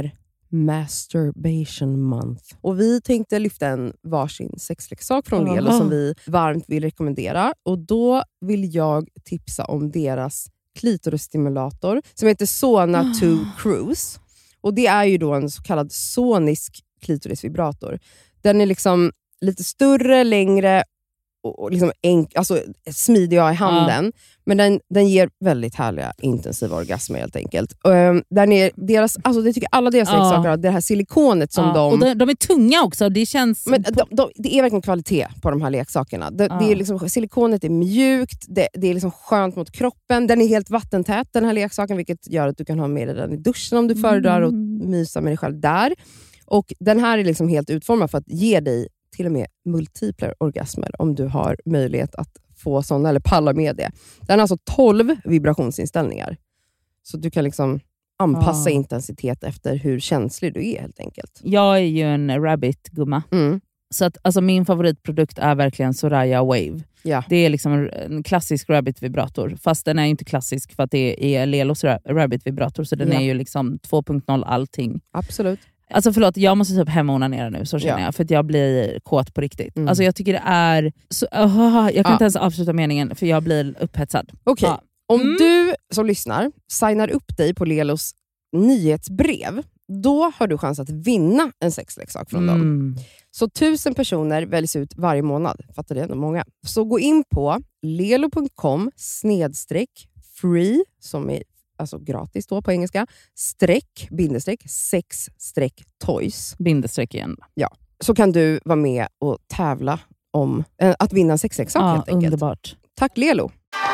Masturbation Month. Och vi tänkte lyfta en varsin sexleksak från Oh. Lelo som vi varmt vill rekommendera. Och då vill jag tipsa om deras klitorisstimulator som heter Sona Oh. två Cruise. Och det är ju då en så kallad sonisk klitorisvibrator. Den är liksom lite större, längre och liksom enk, alltså smidig i handen. Ja. Men den, den ger väldigt härliga intensiva orgasmer helt enkelt. Um, den är deras, alltså det tycker alla deras Ja. leksaker har, det här silikonet som Ja, de... och de... De är tunga också, det känns... Men de, de, det är verkligen kvalitet på de här leksakerna. Det, Ja. det är liksom, silikonet är mjukt, det, det är liksom skönt mot kroppen. Den är helt vattentät den här leksaken, vilket gör att du kan ha med den i duschen om du föredrar och mysa med dig själv där. Och den här är liksom helt utformad för att ge dig till och med multipla orgasmer om du har möjlighet att få sådana eller palla med det. Den har alltså tolv vibrationsinställningar. Så du kan liksom anpassa Ah. intensitet efter hur känslig du är helt enkelt. Jag är ju en rabbit-gumma. Mm. Så att, alltså, min favoritprodukt är verkligen Soraya Wave. Ja. Det är liksom en, en klassisk rabbit-vibrator. Fast den är inte klassisk för att det är Lelos ra- rabbit-vibrator. Så den Ja. är ju liksom två punkt noll allting. Absolut. Alltså förlåt, jag måste typ hemonanera nu, så känner Ja. jag. För att jag blir kåt på riktigt. Mm. Alltså jag tycker det är... Så, oh, jag kan Ja. inte ens avsluta meningen för jag blir upphetsad. Okej, Ja. om Mm. du som lyssnar signar upp dig på Lelos nyhetsbrev, då har du chans att vinna en sexleksak från dem. Mm. Så tusen personer väljs ut varje månad. Fattar det? Ändå många. Så gå in på lelo punkt com snedstreck free, som är alltså gratis då på engelska, streck, bindestreck, sex streck toys. Bindestreck igen. Så kan du vara med och tävla om eh, att vinna en sexleksak Ja, helt enkelt. underbart. Tack Lelo!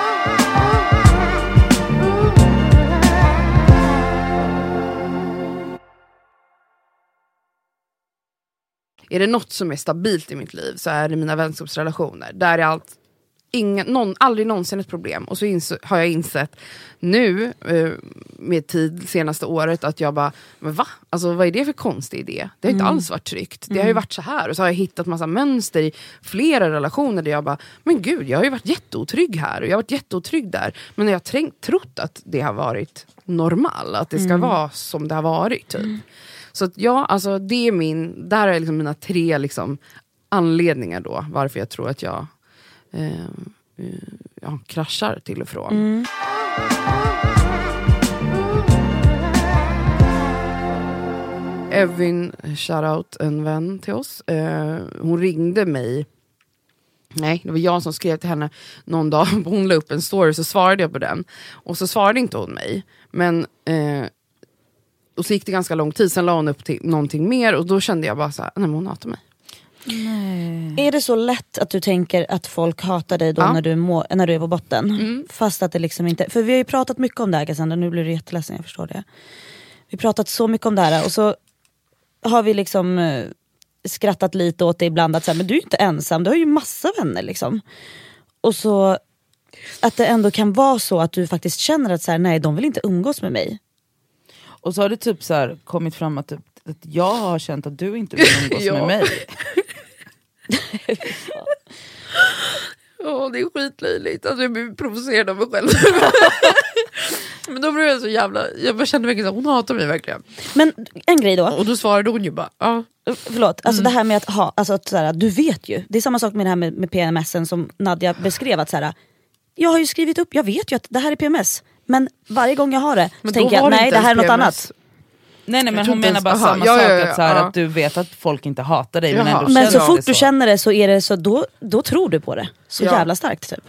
Är det något som är stabilt i mitt liv så är det mina vänskapsrelationer. Där är allt, ingen, någon, aldrig någonsin ett problem. Och så ins- har jag insett nu eh, med tid senaste året att jag bara, men va? Alltså vad är det för konstig idé? Det har inte Mm. alls varit tryggt. Det har ju varit så här. Och så har jag hittat massa mönster i flera relationer där jag bara, men gud, jag har ju varit jätteotrygg här. Och jag har varit jätteotrygg där. Men jag har trängt, trott att det har varit normal. Att det ska vara som det har varit typ. Så att ja, alltså det är min, där är liksom mina tre liksom anledningar då varför jag tror att jag eh, eh, ja, kraschar till och från. Mm. Evin, shoutout, en vän till oss. Eh, hon ringde mig. Nej, det var jag som skrev till henne någon dag. Hon la upp en story, så svarade jag på den. Och så svarade inte hon mig. Men eh, och så gick det ganska lång tid, sen la hon upp till någonting mer. Och då kände jag bara så här, nej men hon hatar mig. Är det så lätt att du tänker att folk hatar dig då Ja. när, du må, när du är på botten? Mm. Fast att det liksom inte... För vi har ju pratat mycket om det här, Cassandra, nu blir du jätteledsen, jag förstår det. Vi har pratat så mycket om det här och så har vi liksom eh, skrattat lite åt det ibland att så här, men du är ju inte ensam, du har ju massa vänner liksom. Och så att det ändå kan vara så att du faktiskt känner att så här, nej, de vill inte umgås med mig. Och så har det typ så här kommit fram att, typ, att jag har känt att du inte vill umgås Ja. med mig. Ja, det är skitlöjligt. Alltså jag blir provocerad av mig själv. Men då blev jag så jävla, jag bara kände verkligen att hon hatar mig verkligen. Men en grej då, Och då svarade hon ju bara, ja. förlåt, alltså det här med att ha, alltså att så här, du vet ju, det är samma sak med det här med, med P M S som Nadja beskrev, att så här, jag har ju skrivit upp, jag vet ju att det här är P M S, men varje gång jag har det så Men då tänker jag, var det nej inte det här är ens något P M S. annat. Nej nej men Jag tror hon inte menar ens- bara aha, samma ja, sak, ja, ja, att, så här, ja. att du vet att folk inte hatar dig men Jaha. ändå Men så känner fort det du känner det så är det så, då, då tror du på det. Så Ja. jävla starkt typ.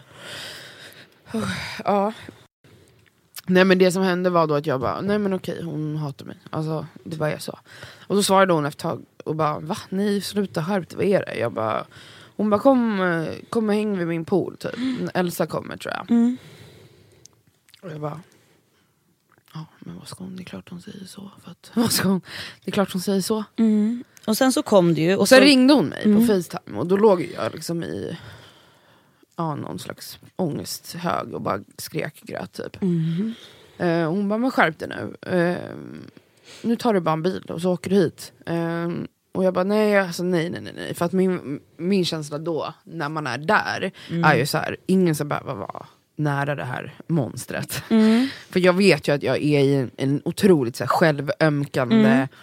Ja. Nej men det som hände var då att jag bara, nej men okej, hon hatar mig. Alltså det var jag så. Och så svarade hon efter ett tag och bara, va? Nej, sluta skärp, vad är det? Jag bara, hon bara, kom, eh, kom och häng vid min pool typ. Elsa kommer tror jag. Mm. Och jag bara, ja men vad ska hon, det är klart hon säger så. För att, vad ska hon, det är klart hon säger så. Mm. Och sen så kom det ju. Och, Och sen så, ringde hon mig Mm. på FaceTime och då låg jag liksom i ja, någon slags ångesthög och bara skrek grät typ. Mm. Eh, hon bara, men skärp dig nu. Eh, nu tar du bara en bil och så åker du hit. Eh, och jag bara, nej, alltså, nej, nej, nej, nej. För att min, min känsla då, när man är där, Mm. är ju så här, ingen ska behöva vara nära det här monstret. Mm. För jag vet ju att jag är i en, en otroligt så här, självömkande Mm.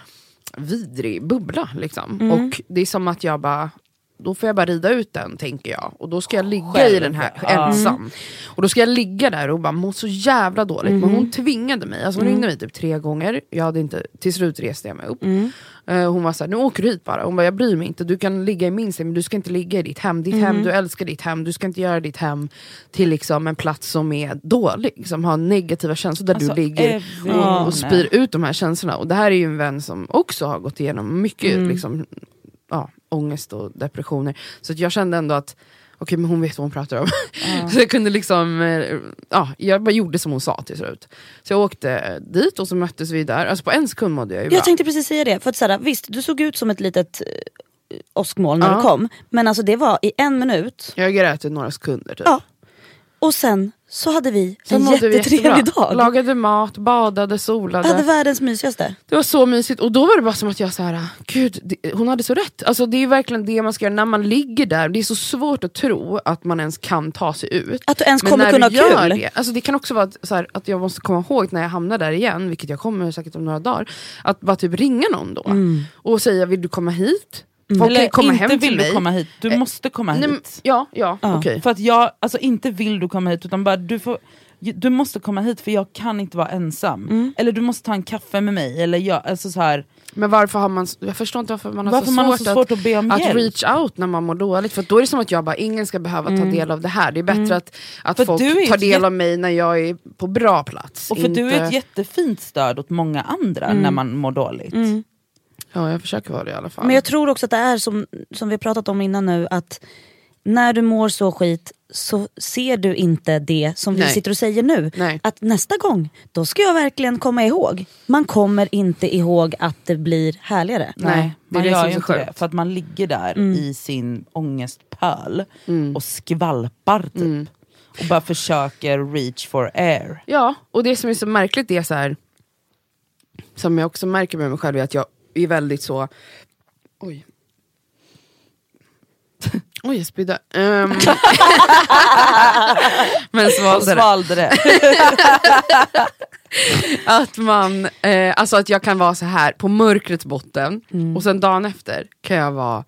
vidrig bubbla liksom. Mm. Och det är som att jag bara, då får jag bara rida ut den, tänker jag. Och då ska jag ligga Själv. i den här Ja. ensam. Mm. Och då ska jag ligga där och bara må så jävla dåligt. Mm. Men hon tvingade mig. Alltså hon Mm. ringde mig typ tre gånger. Jag hade inte, till slut reste jag mig upp. Mm. Uh, hon var såhär, nu åker du hit bara. Hon bara, jag bryr mig inte. Du kan ligga i min säng, men du ska inte ligga i ditt hem. Ditt Mm. hem, du älskar ditt hem. Du ska inte göra ditt hem till liksom en plats som är dålig. Som har negativa känslor där Alltså, du ligger everyone. och spyr ut de här känslorna. Och det här är ju en vän som också har gått igenom mycket Mm. liksom, ja, ångest och depressioner. Så att jag kände ändå att okej, men hon vet vad hon pratar om. Ja. Så jag kunde liksom, eh, ja, jag bara gjorde som hon sa till slut. Så jag åkte dit och så möttes vi där. Alltså på en sekund mådde jag ju bra. Jag tänkte precis säga det, för att såhär, visst du såg ut som ett litet eh, åskmål när Ja. du kom, men alltså det var i en minut. Jag grät i några sekunder typ. Ja. Och sen så hade vi Sen en mådde vi jättetrevlig jättebra. dag. Lagade mat, badade, solade. Hade världens mysigaste. Det var så mysigt. Och då var det bara som att jag så här, gud, det, hon hade så rätt. Alltså det är verkligen det man ska göra när man ligger där. Det är så svårt att tro att man ens kan ta sig ut. Att du ens Men kommer när kunna du ha gör kul. det, alltså det kan också vara att, så här, att jag måste komma ihåg när jag hamnar där igen, vilket jag kommer säkert om några dagar, att bara typ ringa någon då Mm. och säga, vill du komma hit? Folk Eller kan komma inte hem till vill mig. du komma hit, du Eh, måste komma Nej, men- hit. ja, ja, Ja. okej. För att jag, alltså inte vill du komma hit, utan bara du får, du måste komma hit för jag kan inte vara ensam. Mm. Eller du måste ta en kaffe med mig. Eller jag, alltså så här, Men varför har man, jag förstår inte varför man har varför så man har svårt, så svårt att, be om att, att hjälp. reach out när man mår dåligt. För då är det som att jag bara, ingen ska behöva ta Mm. del av det här. Det är bättre Mm. att, att För folk du är tar ett del jätte- av mig när jag är på bra plats. Och för inte... du är ett jättefint stöd åt många andra Mm. när man mår dåligt. Mm. Ja, jag försöker vara det i alla fall. Men jag tror också att det är som, som vi har pratat om innan nu, att när du mår så skit så ser du inte det som vi Nej. sitter och säger nu. Nej. Att nästa gång, då ska jag verkligen komma ihåg. Man kommer inte ihåg att det blir härligare. Nej, Nej, det är man det gör som är ju så inte det. sjukt. För att man ligger där Mm. i sin ångestpöl Mm. och skvalpar typ. Mm. Och bara försöker reach for air. Ja, och det som är så märkligt är så här, som jag också märker med mig själv, är att jag är väldigt så... Oj. Oj, jag spydde. Um, men svalde det. Svalde det. Att man, eh, alltså att jag kan vara så här på mörkrets botten, Mm. och sen dagen efter kan jag vara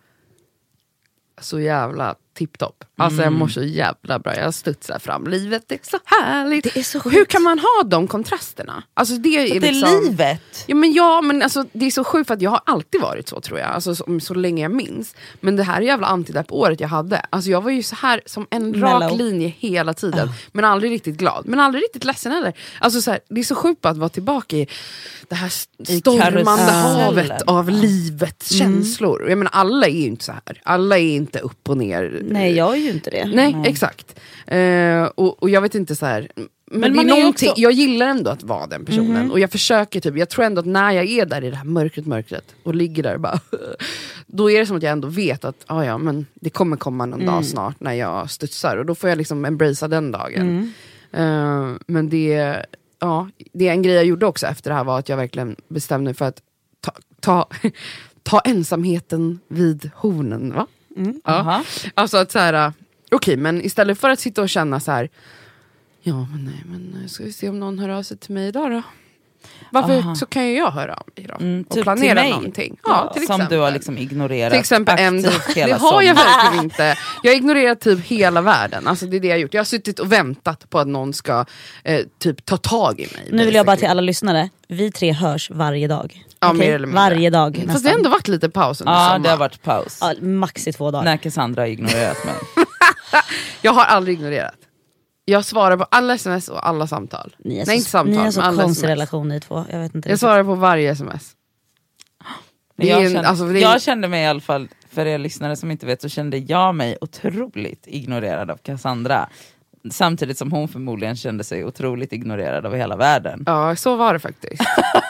så jävla tipptopp. Alltså jag mår så jävla bra, jag studsar fram. Livet är så härligt. Det är så Och sjukt. hur kan man ha de kontrasterna? Alltså det är, Det är liksom, livet. Ja men, ja, men alltså, det är så sjukt för att jag har alltid varit så, tror jag. Alltså så, så länge jag minns. Men det här jävla antidepp-året jag hade, alltså jag var ju så här som en rak Mellow. linje hela tiden. Men aldrig riktigt glad, men aldrig riktigt ledsen heller. Alltså så här, det är så sjukt att vara tillbaka i det här I stormande karusellen. havet av Ja. livets känslor. Och jag menar, alla är ju inte så här. Alla är inte upp och ner. Nej, jag är ju inte det. Nej, Nej. exakt. Eh, och, och jag vet inte så här. Men, Men det man är är någonting, också- jag gillar ändå att vara den personen. Mhm. Och jag försöker typ, jag tror ändå att när jag är där i det här mörkret, mörkret och ligger där och bara då är det som att jag ändå vet att ah, ja, men det kommer komma någon Mm. dag snart när jag studsar. Och då får jag liksom embracea den dagen. Mm. Eh, men det, ja, det är en grej jag gjorde också efter det här, var att jag verkligen bestämde mig för att ta, ta, ta ensamheten vid hornen, va? Mm. Ja. Aha. Alltså att så här, okej, men istället för att sitta och känna så här, ja men nej, men ska vi se om någon hör av sig till mig idag då? Varför Aha. så kan ju jag höra av mig då? Mm, och typ till planera mig. någonting. Ja, till som exempel. du har liksom ignorerat Till exempel en dag. aktivt Det hela har jag sommaren. verkligen inte. Jag har ignorerat typ hela världen. Alltså det är det jag har gjort. Jag har suttit och väntat på att någon ska eh, typ ta tag i mig. Nu vill jag bara till basically. alla lyssnare, vi tre hörs varje dag. Ja, Okej? mer eller mindre. Varje dag Fast nästan. det har ändå varit lite paus under Ja, sommaren. det har varit paus. Ja, max i två dagar. När Cassandra har ignorerat mig. Jag har aldrig ignorerat. Jag svarar på alla sms och alla samtal. Ni är Nej, inte så, samtal, ni är men så alla konstig sms. relation ni två. Jag vet inte Jag riktigt. svarar på varje sms. Det är jag, en- kände, alltså, det är- jag kände mig i alla fall, för er lyssnare som inte vet, så kände jag mig otroligt ignorerad av Cassandra. Samtidigt som hon förmodligen kände sig otroligt ignorerad av hela världen. Ja, så var det faktiskt.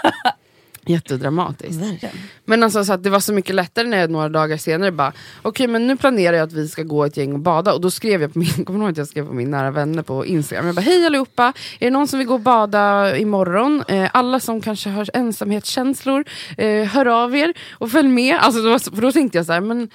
Jättedramatiskt. Verkligen. Men alltså så att det var så mycket lättare när jag några dagar senare bara okej, men nu planerar jag att vi ska gå ett gäng och bada. Och då skrev jag på min, kommer du ihåg att jag skrev på min nära vänner på Instagram. Jag bara, hej allihopa, är det någon som vill gå och bada imorgon? Eh, alla som kanske har ensamhetskänslor, eh, hör av er och följ med. Alltså, då, för då tänkte jag så här, men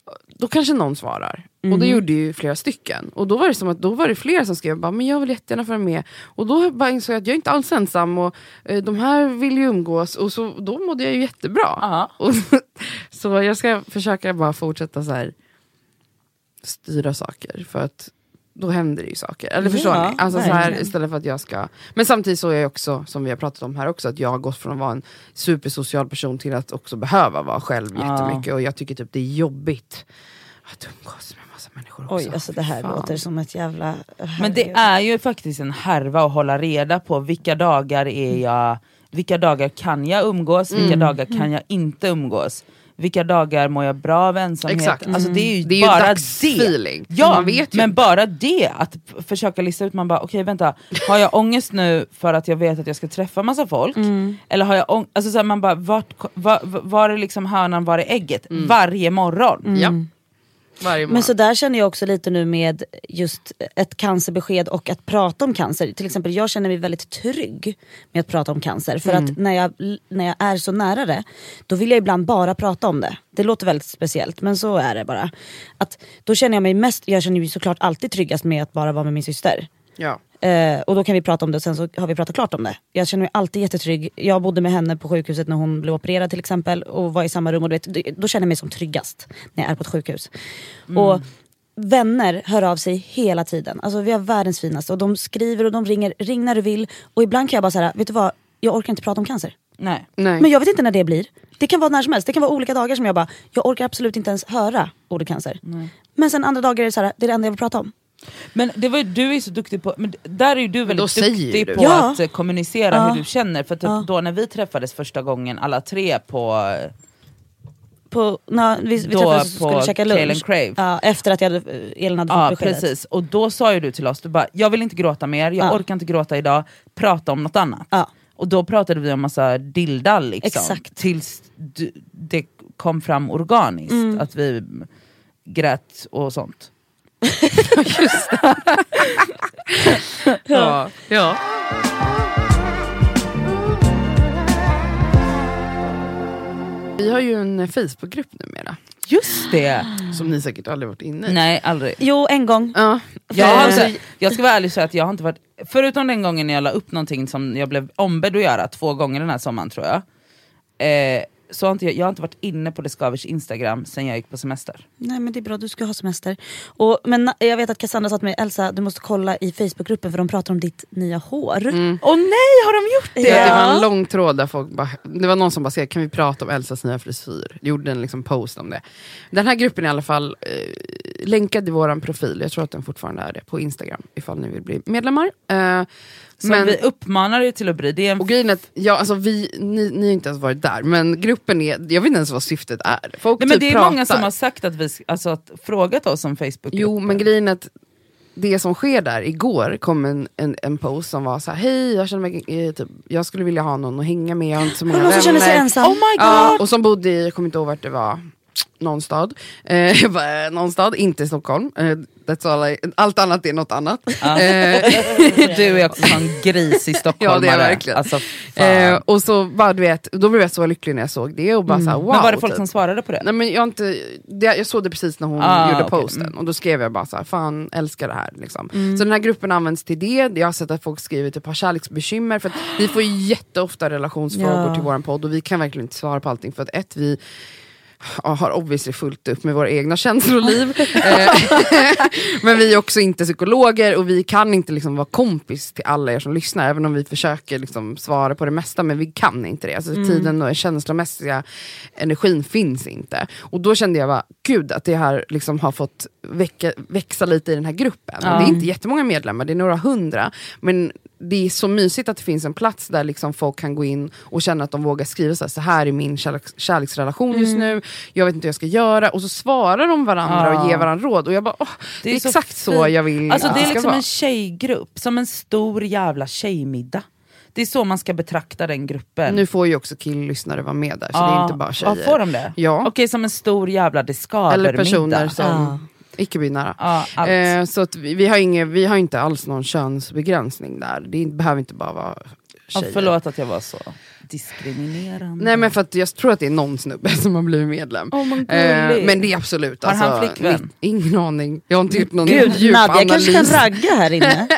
då kanske någon svarar. Mm. Och det gjorde ju flera stycken. Och då var det som att då var det flera som skrev bara, men jag vill jättegärna vara med. Och då bara insåg jag att jag är inte alls ensam. Och eh, de här vill ju umgås. Och så, då mådde jag ju jättebra. Och, så jag ska försöka bara fortsätta så här styra saker. För att då händer det ju saker. Eller förstår Ja, ni? Alltså så här, verkligen. istället för att jag ska... Men samtidigt så är jag också, som vi har pratat om här också, att jag har gått från att vara en supersocial person till att också behöva vara själv Ja. jättemycket. Och jag tycker typ det är jobbigt att umgås med massa människor också. Oj, alltså det här Fan. låter som ett jävla... Men det är ju faktiskt en härva att hålla reda på vilka dagar är jag, vilka dagar kan jag umgås, vilka Mm. dagar kan jag inte umgås. Vilka dagar mår jag bra av ensamhet? Exakt. Alltså det är ju Det är ju bara det. dagsfeeling. Ja, Man vet ju. men bara det, att f- försöka lista ut, man bara okej vänta, har jag ångest nu för att jag vet att jag ska träffa massa folk? Eller har jag ång- alltså så här, man bara, vart, var, var är liksom hönan, var är ägget? Varje morgon. Ja. Varje morgon. Men så där känner jag också lite nu med just ett cancerbesked och att prata om cancer. Till exempel jag känner mig väldigt trygg med att prata om cancer. För att när jag, när jag är så nära det, då vill jag ibland bara prata om det. Det låter väldigt speciellt, men så är det bara. Att då känner jag mig mest, jag känner mig såklart alltid tryggast med att bara vara med min syster. Ja. Eh, och då kan vi prata om det och sen så har vi pratat klart om det. Jag känner mig alltid jättetrygg. Jag bodde med henne på sjukhuset när hon blev opererad till exempel. Och var i samma rum och du vet, då känner jag mig som tryggast när jag är på ett sjukhus. Och vänner hör av sig hela tiden. Alltså vi har världens finaste. Och de skriver och de ringer, ring när du vill. Och ibland kan jag bara säga, vet du vad, jag orkar inte prata om cancer. Nej. Nej. Men jag vet inte när det blir. Det kan vara när som helst. Det kan vara olika dagar som jag bara, jag orkar absolut inte ens höra ordet cancer. Men sen andra dagar är det så här, det är det enda jag vill prata om. Men det var ju, du är så duktig på, men där är ju du då väldigt säger duktig du. på Ja. att eh, kommunicera Ja. hur du känner. För typ Ja. då när vi träffades första gången, alla tre på, På, när vi, vi Då träffades och på skulle käka Kale and lunch. Crave. Ja, efter att jag hade, Elin hade ja fått beskedet. precis, och då sa ju du till oss, du bara, jag vill inte gråta mer, jag Ja. orkar inte gråta idag, prata om något annat. Ja. Och då pratade vi om massa dildall liksom. Exakt. Tills d- det kom fram organiskt, Mm. att vi grät och sånt. Ja. Ja. Vi har ju en Facebookgrupp numera. Just det! Som ni säkert aldrig varit inne i. Nej, aldrig. Jo, en gång. Ja. Jag, har Eh. inte, jag ska vara ärlig och säga att jag har inte varit, förutom den gången när jag la upp någonting som jag blev ombedd att göra två gånger den här sommaren tror jag, eh, så har inte jag, jag har inte varit inne på Discovers Instagram sen jag gick på semester. Nej men det är bra, du ska ha semester. Och, men jag vet att Cassandra sa till mig, Elsa du måste kolla i Facebookgruppen för de pratar om ditt nya hår. Åh nej, har de gjort det? Ja. Det var en lång tråd där folk bara, det var någon som bara skrev, kan vi prata om Elsas nya frisyr? Gjorde en liksom post om det. Den här gruppen i alla fall eh, länkad i våran profil, jag tror att den fortfarande är det, på Instagram ifall ni vill bli medlemmar. Eh, Så men, vi uppmanar er till att bli, det är en och grejen är att, ja, alltså vi, ni, ni har inte ens varit där, men gruppen är, jag vet inte ens vad syftet är. Folk Nej, men typ det är pratar. många som har sagt att vi, alltså, att, frågat oss om Facebook. Jo, men grejen är att det som sker där, igår kom en, en, en post som var så här: hej, jag känner mig, eh, typ, jag skulle vilja ha någon att hänga med, jag har inte så många Någon som känner sig vänner. ensam. Oh my god! Ja, och som bodde i, jag kommer inte ihåg vart det var, någon stad. Eh, jag bara, eh, någon stad, inte i Stockholm. Eh, that's all I, allt annat är något annat. Ja. Eh, Du är också en gris i Stockholm. Ja, det är verkligen. Alltså, fan. eh, och så bara, du vet, då blev jag så lycklig när jag såg det och bara så här, wow. Men var det folk typ. som svarade på det? Nej, men jag, har inte, det, jag såg det precis när hon Ah, gjorde okej. posten. Och då skrev jag bara så här: fan, älskar det här liksom. Mm. Så den här gruppen används till det. Jag har sett att folk skriver typ har kärleksbekymmer. För att vi får ju jätteofta relationsfrågor Ja. till våran podd. Och vi kan verkligen inte svara på allting. För att ett, vi ja, har obviously fullt upp med våra egna känsloliv. Eh, men vi är också inte psykologer. Och vi kan inte liksom vara kompis till alla er som lyssnar. Även om vi försöker liksom svara på det mesta. Men vi kan inte det. Alltså tiden och känslomässiga energin finns inte. Och då kände jag bara, gud, att det här liksom har fått väcka, växa lite i den här gruppen. Ja. Det är inte jättemånga medlemmar, det är några hundra. Men det är så mysigt att det finns en plats där liksom folk kan gå in och känna att de vågar skriva så här, så här är min kärleks- kärleksrelation just nu, jag vet inte hur jag ska göra. Och så svarar de varandra Ja. och ger varandra råd. Och jag bara, åh, det är, så exakt så, fint. jag vill Alltså att det är ska liksom vara. en tjejgrupp, som en stor jävla tjejmiddag. Det är så man ska betrakta den gruppen. Nu får ju också killlyssnare vara med där, så det är inte bara tjejer. Ja, får de det? Ja. Okej, som en stor jävla diskaver Eller personer middag. som Ja. icke-binära. Ja, allt. Eh, så att vi, vi, har inge, vi har inte alls någon könsbegränsning där. Det behöver inte bara vara tjejer. Ja, förlåt att jag var så diskriminerande. Nej, men för att jag tror att det är någon snubbe som har blivit medlem. Oh, men, eh, men det är absolut. Har alltså, han flickvän? Mitt, ingen aning. Jag har inte gjort någon Gud, djup Nadja analys. kanske kan ragga här inne.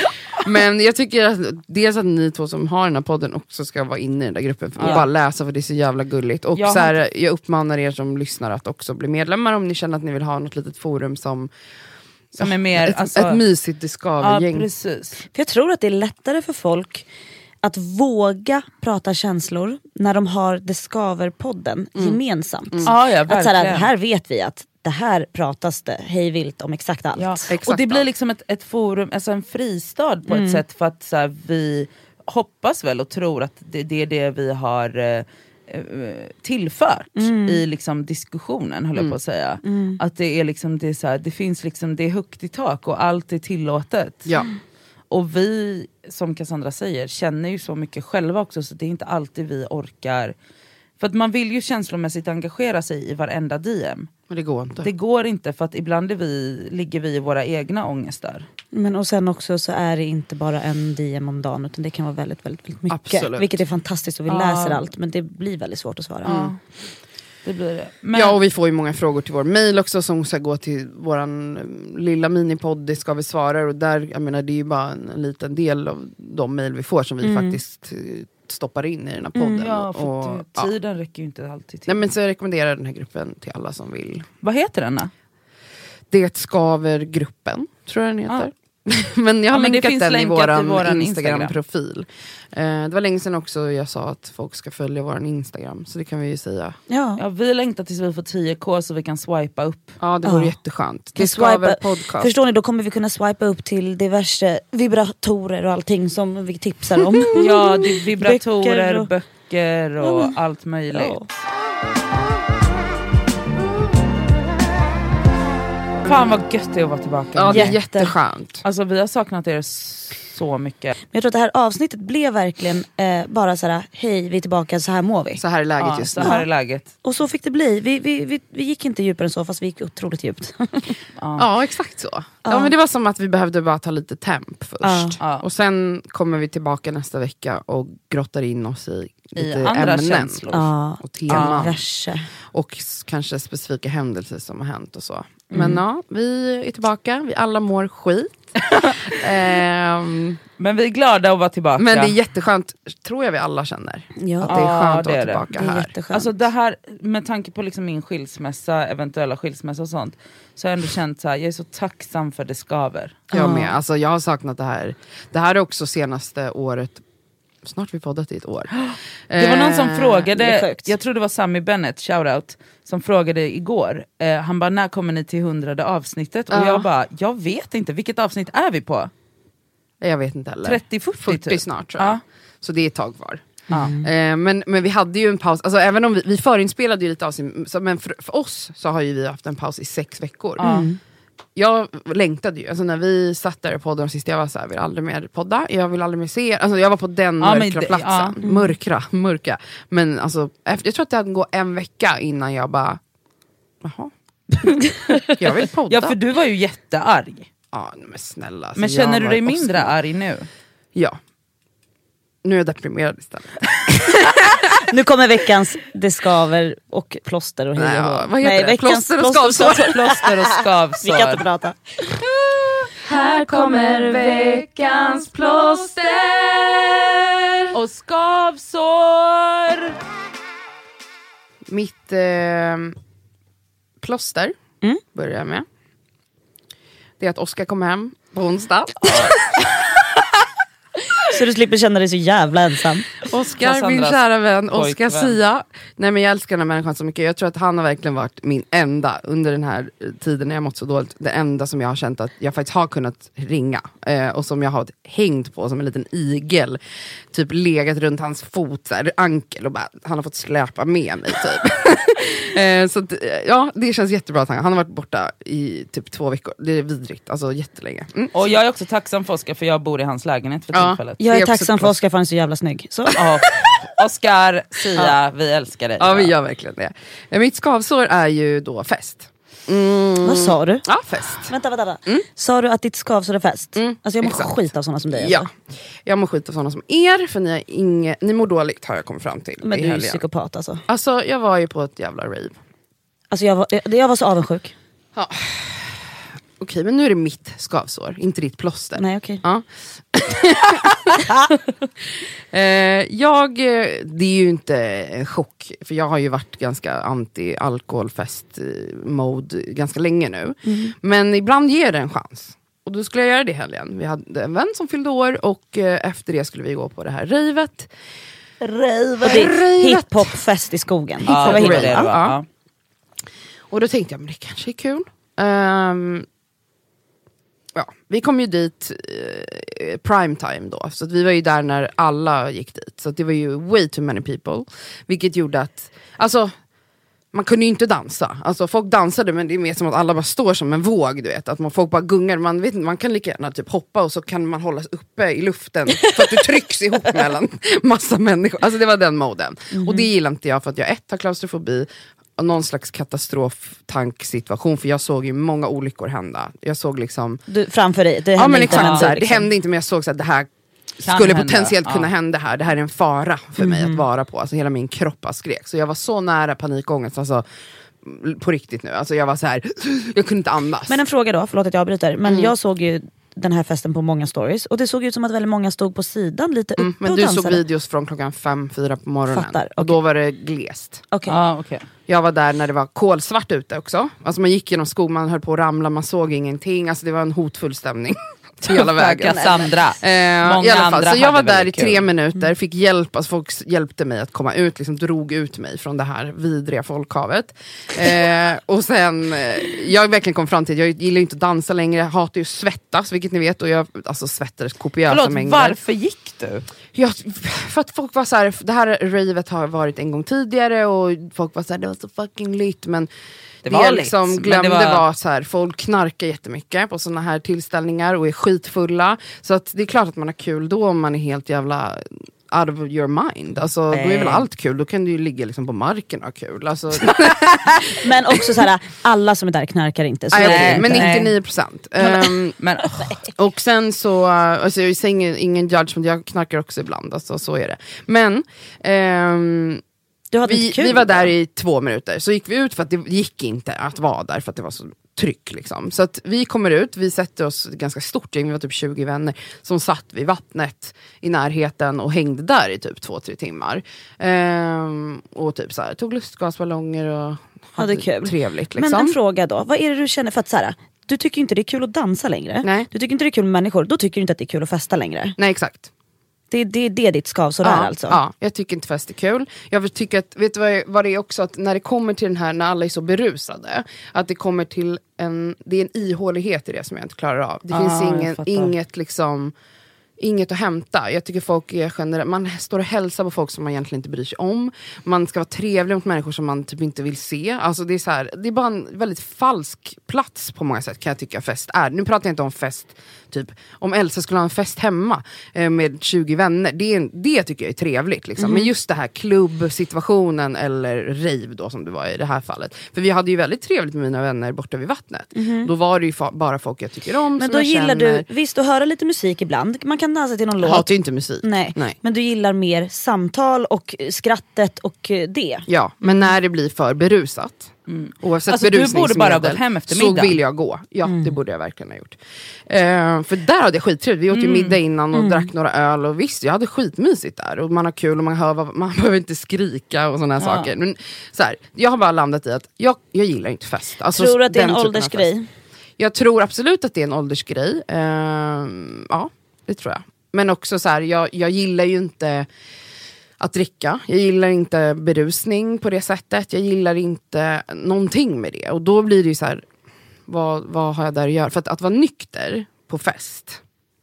Men jag tycker att dels att ni två som har den här podden också ska vara inne i den där gruppen. För Ja. bara läsa, för det är så jävla gulligt. Och Jag så här, har- jag uppmanar er som lyssnar att också bli medlemmar om ni känner att ni vill ha något litet forum som, Som är mer, ett, alltså, ett mysigt ja, Discover-gäng. precis. För jag tror att det är lättare för folk att våga prata känslor när de har Discover-podden gemensamt. Ja, ja, Att så här, verkligen. här vet vi att det här pratas det hej vilt om exakt allt. Ja. Exakt Och det blir allt. liksom ett, ett forum, alltså en fristad på ett sätt, för att så här, vi hoppas väl och tror att det, det är det vi har eh, eh, tillfört i liksom diskussionen, höll jag på att säga. Att det är liksom, det är så här, det finns liksom, det är högt i tak och allt är tillåtet. Ja. Och vi, som Cassandra säger, känner ju så mycket själva också, så det är inte alltid vi orkar. För att man vill ju känslomässigt engagera sig i varenda D M. Men det går inte. Det går inte, för att ibland är vi, ligger vi i våra egna ångestar. Men och sen också så är det inte bara en D M om dagen, utan det kan vara väldigt, väldigt, väldigt mycket. Absolut. Vilket är fantastiskt och vi Ja. läser allt, men det blir väldigt svårt att svara. Ja, det blir det. Men, Ja, och vi får ju många frågor till vår mail också som ska gå till våran eh, lilla minipodd, det ska vi svara. Och där, jag menar, det är ju bara en, en liten del av de mail vi får som vi faktiskt eh, stoppar in i den här podden. ja, för och, att, ja. tiden räcker ju inte alltid till. Nej, men så jag rekommenderar den här gruppen till alla som vill. Vad heter den då? Det skaver gruppen, tror jag den heter. Men jag har Ja, men det länkat finns den i länkat våran, i våran Instagram-profil. Eh, det var länge sedan också jag sa att folk ska följa våran Instagram. Så det kan vi ju säga. Ja. Ja, vi längtar tills vi får tio k så vi kan swipa upp. Ja, det vore Ja. jätteskönt. Kan Det skaver swipa- podcast. Förstår ni, då kommer vi kunna swipa upp till diverse vibratorer och allting som vi tipsar om. Ja, det är vibratorer, Böcker böcker och- och, Ja, men- allt möjligt. Ja. Fan vad gött det är att vara tillbaka. Ja, det är Jätte. jätteskönt. Alltså vi har saknat er så mycket. Men jag tror att det här avsnittet blev verkligen eh, bara så här: hej vi är tillbaka, så här mår vi. Så här är läget Ja, just så nu. här är läget. Och så fick det bli. Vi, vi, vi, vi gick inte djupare än så, fast vi gick otroligt djupt. Ja, exakt så. Ja. men det var som att vi behövde bara ta lite temp först. Ja. Ja. Och sen kommer vi tillbaka nästa vecka och grottar in oss i lite andra ämnen känslor. Ja, och teman. diverse. Och s- kanske specifika händelser som har hänt och så. Men ja, vi är tillbaka. Vi alla mår skit. Ehm, Men vi är glada att vara tillbaka. men det är jätteskönt, tror jag vi alla känner. Ja. Att det är Ja, skönt att det vara är det. tillbaka Det är här. jätteskönt. Alltså det här, med tanke på liksom min skilsmässa, eventuella skilsmässa och sånt, så har jag ändå känt så här, jag är så tacksam för det skaver. Jag med. Alltså, jag har saknat det här. Det här är också senaste året. Snart har vi poddat i ett år. Det var någon som Eh, det är frågade, sjukt. jag tror det var Sammy Bennett, shoutout, som frågade igår. Eh, han bara, när kommer ni till hundrade avsnittet? Och Ja. jag bara, jag vet inte, vilket avsnitt är vi på? Jag vet inte heller. trettio fyrtio fyrtio typ. snart tror jag. Ja. Så det är ett tag kvar. Ja. Eh, men, men vi hade ju en paus, alltså även om vi, vi förinspelade ju lite avsnitt, så, men för, för oss så har ju vi haft en paus i sex veckor. Ja. Jag längtade ju, alltså när vi satt där och poddade sist, jag var så här, vill aldrig mer podda, jag vill aldrig mer se er. Alltså jag var på den Ja, men mörkra det- platsen, ja. Mm. mörkra, mörka. Men alltså, efter, jag tror att det hade gå en vecka innan jag bara, jaha, jag vill podda. Ja, för du var ju jättearg. Ja, men snälla. Alltså, Men jag känner du var dig mindre Oscar. arg nu? Ja. Nu är jag deprimerad istället. Nu kommer veckans det skaver och plåster och hej Nej, och ja, hå. vad heter det? veckans Plåster och skavsår. Plåster och skavsår. Vi kan inte prata. Här kommer veckans plåster. Och skavsår. Mitt eh, plåster Mm. börjar jag med. Det är att Oskar kom hem på onsdag. Så du slipper känna dig så jävla ensam. Oskar, min Cassandras kära vän, Oskar pojkvän. Sia. Nej, men jag älskar den här människan så mycket. Jag tror att han har verkligen varit min enda under den här tiden när jag mått så dåligt. Det enda som jag har känt att jag faktiskt har kunnat ringa. Eh, och som jag har hängt på som en liten igel. Typ legat runt hans fot, så här, ankel, och bara, han har fått släpa med mig typ. eh, så att, eh, ja, det känns jättebra att han, han har varit borta i typ två veckor. Det är vidrigt, alltså jättelänge. Mm. Och jag är också tacksam för Oskar, för jag bor i hans lägenhet för Ja. tillfället. Jag Det är är också tacksam ett för Oskar för han är så jävla snygg. Så. Ja. Oskar, Sia, vi älskar dig. Ja, vi gör verkligen det. Eh, Mitt skavsår är ju då fest. Mm. Vad sa du? Ja, fest. Vänta, vänta, vänta. Mm. Sa du att ditt skavsår är fest? Mm, alltså jag mår exakt. skit av sådana som dig. Ja, Alltså. jag mår skit av sådana som er. För ni, är inge, ni mår dåligt har jag kommit fram till. Men i du är ju helgen. psykopat alltså. Alltså jag var ju på ett jävla rave. Alltså jag var, jag, jag var så avundsjuk. Ja. Okej, men nu är det mitt skavsår, inte ditt plåster. Nej okej. Ja. eh, jag, det är ju inte en chock. För jag har ju varit ganska anti-alkoholfest-mode ganska länge nu. Mm. Men ibland ger det en chans. Och då skulle jag göra det i helgen. Vi hade en vän som fyllde år. Och eh, efter det skulle vi gå på det här ravet. Ravet. Och det är hiphopfest i skogen. Ja, det var det var hip- det det var. Ja. Och då tänkte jag, men det kanske är kul. Um, Ja, vi kom ju dit eh, prime time då. Så att vi var ju där när alla gick dit. Så att det var ju way too many people. Vilket gjorde att, alltså man kunde ju inte dansa. Alltså folk dansade, men det är mer som att alla bara står som en våg, du vet. Att man, folk bara gungar. Man, vet, man kan lika gärna typ hoppa och så kan man hållas uppe i luften. För att du trycks ihop mellan massa människor. Alltså det var den moden. Mm-hmm. Och det gillar inte jag för att jag ett har klaustrofobi. Någon slags katastroftanksituation. För jag såg ju många olyckor hända. Jag såg liksom du, framför dig, det ja, hände men inte. exakt, så här, liksom. det hände inte, men jag såg att det här Kan skulle hända. potentiellt kunna Ja. hända här. Det här är en fara för mig Mhm. att vara på. Alltså hela min kropp skrek. Så jag var så nära panikångest. Alltså på riktigt nu. Alltså jag var så här, jag kunde inte andas. Men en fråga då, förlåt att jag avbryter. Men Mm. jag såg ju den här festen på många stories. Och det såg ut som att väldigt många stod på sidan lite uppe mm, men och du dansade. såg videos från klockan fem, fyra på morgonen. Fattar, Och okej. då var det glest. Okej. Ja, okej. Jag var där när det var kolsvart ute också. Alltså man gick genom skog, man höll på att ramla, man såg ingenting. Alltså det var en hotfull stämning. Hela vägen. Cassandra. Eh, Många I alla fall, andra så jag var hade där i väldigt tre kul. minuter, fick hjälp, alltså folk hjälpte mig att komma ut, liksom drog ut mig från det här vidriga folkhavet. Eh, och sen, eh, jag verkligen kom fram till, jag gillar inte att dansa längre, jag hatar ju att svettas, vilket ni vet, och jag alltså, svettades kopiösa Förlåt, mängder. varför gick du? Ja, för att folk var så här, det här ravet har varit en gång tidigare och folk var så här, det var så fucking lit, men Det det var jag lit, liksom men glömde det var, var- så här, folk knarkar jättemycket på såna här tillställningar och är skitfulla. Så att det är klart att man har kul då om man är helt jävla out of your mind. Alltså då är väl Nej. allt kul, då kan du ju ligga liksom på marken och ha kul. Alltså, Men också så här, alla som är där knarkar inte. Så nej, är det okej, inte. men nej. nittionio procent. Um, Men, Och sen så, alltså jag säger ingen, ingen judgment, jag knarkar också ibland, alltså så är det. Men ehm, Du hade vi, inte kul, vi var där då? i två minuter, så gick vi ut för att det gick inte att vara där för att det var så tryck liksom. Så att vi kommer ut, vi sätter oss ett ganska stort gäng, vi var typ tjugo vänner som satt vid vattnet i närheten och hängde där i typ två, tre timmar. Ehm, och typ så här, tog lustgasballonger och Hade kul. trevligt liksom. Men en fråga då, vad är det du känner för att så här, du tycker inte det är kul att dansa längre? Nej. Du tycker inte det är kul med människor, då tycker du inte att det är kul att festa längre? Nej, exakt. Det är det, det är ditt skavsår där alltså? Ja, jag tycker inte fest är kul. Jag tycker att, vet du vad, vad det är också, att när det kommer till den här, när alla är så berusade, att det kommer till en, det är en ihålighet i det som jag inte klarar av. Det Ah, finns jag ingen, fattar. inget liksom, inget att hämta. Jag tycker folk är generellt, man står och hälsar på folk som man egentligen inte bryr sig om. Man ska vara trevlig mot människor som man typ inte vill se. Alltså det är så här, det är bara en väldigt falsk plats på många sätt, kan jag tycka fest är. Nu pratar jag inte om fest, typ om Elsa skulle ha en fest hemma eh, med tjugo vänner. Det, är en, det tycker jag är trevligt liksom. Men just det här klubbsituationen eller rave då som det var i det här fallet. För vi hade ju väldigt trevligt med mina vänner borta vid vattnet. Då var det ju fa- bara folk jag tycker om. Men som då jag gillar känner. du, visst du hör lite musik ibland, man kan dansa till någon Jag låt. hatar ju inte musik. Nej. Nej. Men du gillar mer samtal och skrattet och eh, det. Ja, men när det blir för berusat, oavsett Alltså, du berusningsmedel, borde bara ha gått hem efter så middagen. vill jag gå. Ja, det borde jag verkligen ha gjort. Eh, för där hade jag skittrevligt. Vi åt ju middag innan och drack några öl och visst, jag hade skitmysigt där. Och man har kul och man, hör, vad- man behöver inte skrika och såna här Ja. saker. Men, så här, jag har bara landat i att jag, jag gillar inte fest. Alltså, Tror du att det är en den typen av åldersgrej? fest. Jag tror absolut att det är en åldersgrej. Eh, ja, det tror jag. Men också så här, jag, jag gillar ju inte att dricka. Jag gillar inte berusning på det sättet. Jag gillar inte någonting med det. Och då blir det ju så här, vad, vad har jag där att göra? För att, att vara nykter på fest,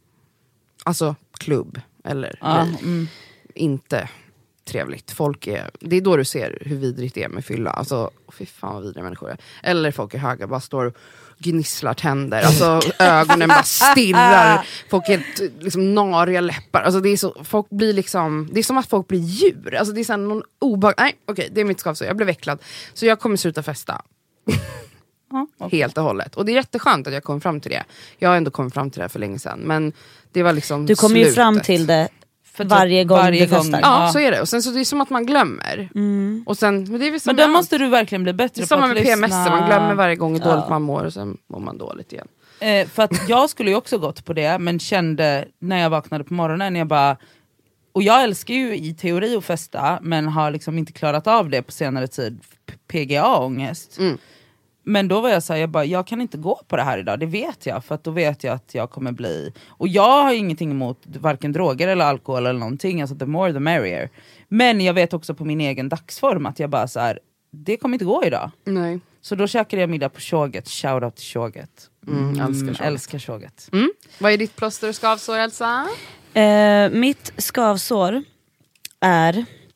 alltså klubb eller ja, rave, mm. inte trevligt. Folk är, det är då du ser hur vidrigt det är med fylla. Alltså, fy fan vad vidriga människor är. Eller folk är höga, bara står och gnisslar tänder. Alltså ögonen bara stirrar. Folk är helt, liksom nariga läppar. Alltså det är så, folk blir liksom, det är som att folk blir djur. Alltså det är så här någon obehag. Nej, okej, det är mitt skavsår. Jag blev äcklad. Så jag kommer sluta festa. Ja. Okay. Helt och hållet. Och det är jätteskönt att jag kom fram till det. Jag har ändå kommit fram till det för länge sedan. Men det var liksom Du kommer slutet. ju fram till det För varje gång varje du gång. festar. Ja, Ja. så är det. Och sen så det är som att man glömmer. Mm. Och sen, men det är väl som Men då med måste allt. du verkligen bli bättre Det är på samma att med P M S. lyssna. Man glömmer varje gång hur dåligt Ja. man mår och sen mår man dåligt igen. Eh, för att jag skulle ju också gått på det, men kände när jag vaknade på morgonen, jag bara... Och jag älskar ju i teori att festa, men har liksom inte klarat av det på senare tid. P G A-ångest. Mm. Men då var jag så här, jag bara, jag kan inte gå på det här idag, det vet jag. För att då vet jag att jag kommer bli... Och jag har ingenting emot varken droger eller alkohol eller någonting. Alltså the more the merrier. Men jag vet också på min egen dagsform att jag bara så här, det kommer inte gå idag. Nej. Så då käkade jag middag på Tjoget. Shoutout till Tjoget. Mm, älskar Tjoget. älskar Tjoget. Mm. Vad är ditt plåster och skavsår, Elsa? Eh, mitt skavsår är...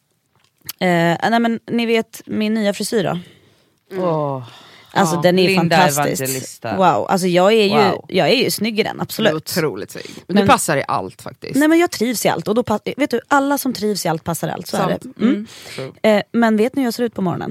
Eh, nej men ni vet min nya frisyr då? Åh. Alltså Ja, den är Linda fantastisk. Evangelista. Wow, alltså jag är ju, Wow. jag är ju snygg i den, Du är absolut. otroligt snygg. Men, Men- du passar i allt faktiskt. Nej men jag trivs i allt. Och då pass, vet du, alla som trivs i allt passar i allt. Så är Sant. det. Mm. Eh, men vet ni hur jag ser ut på morgonen?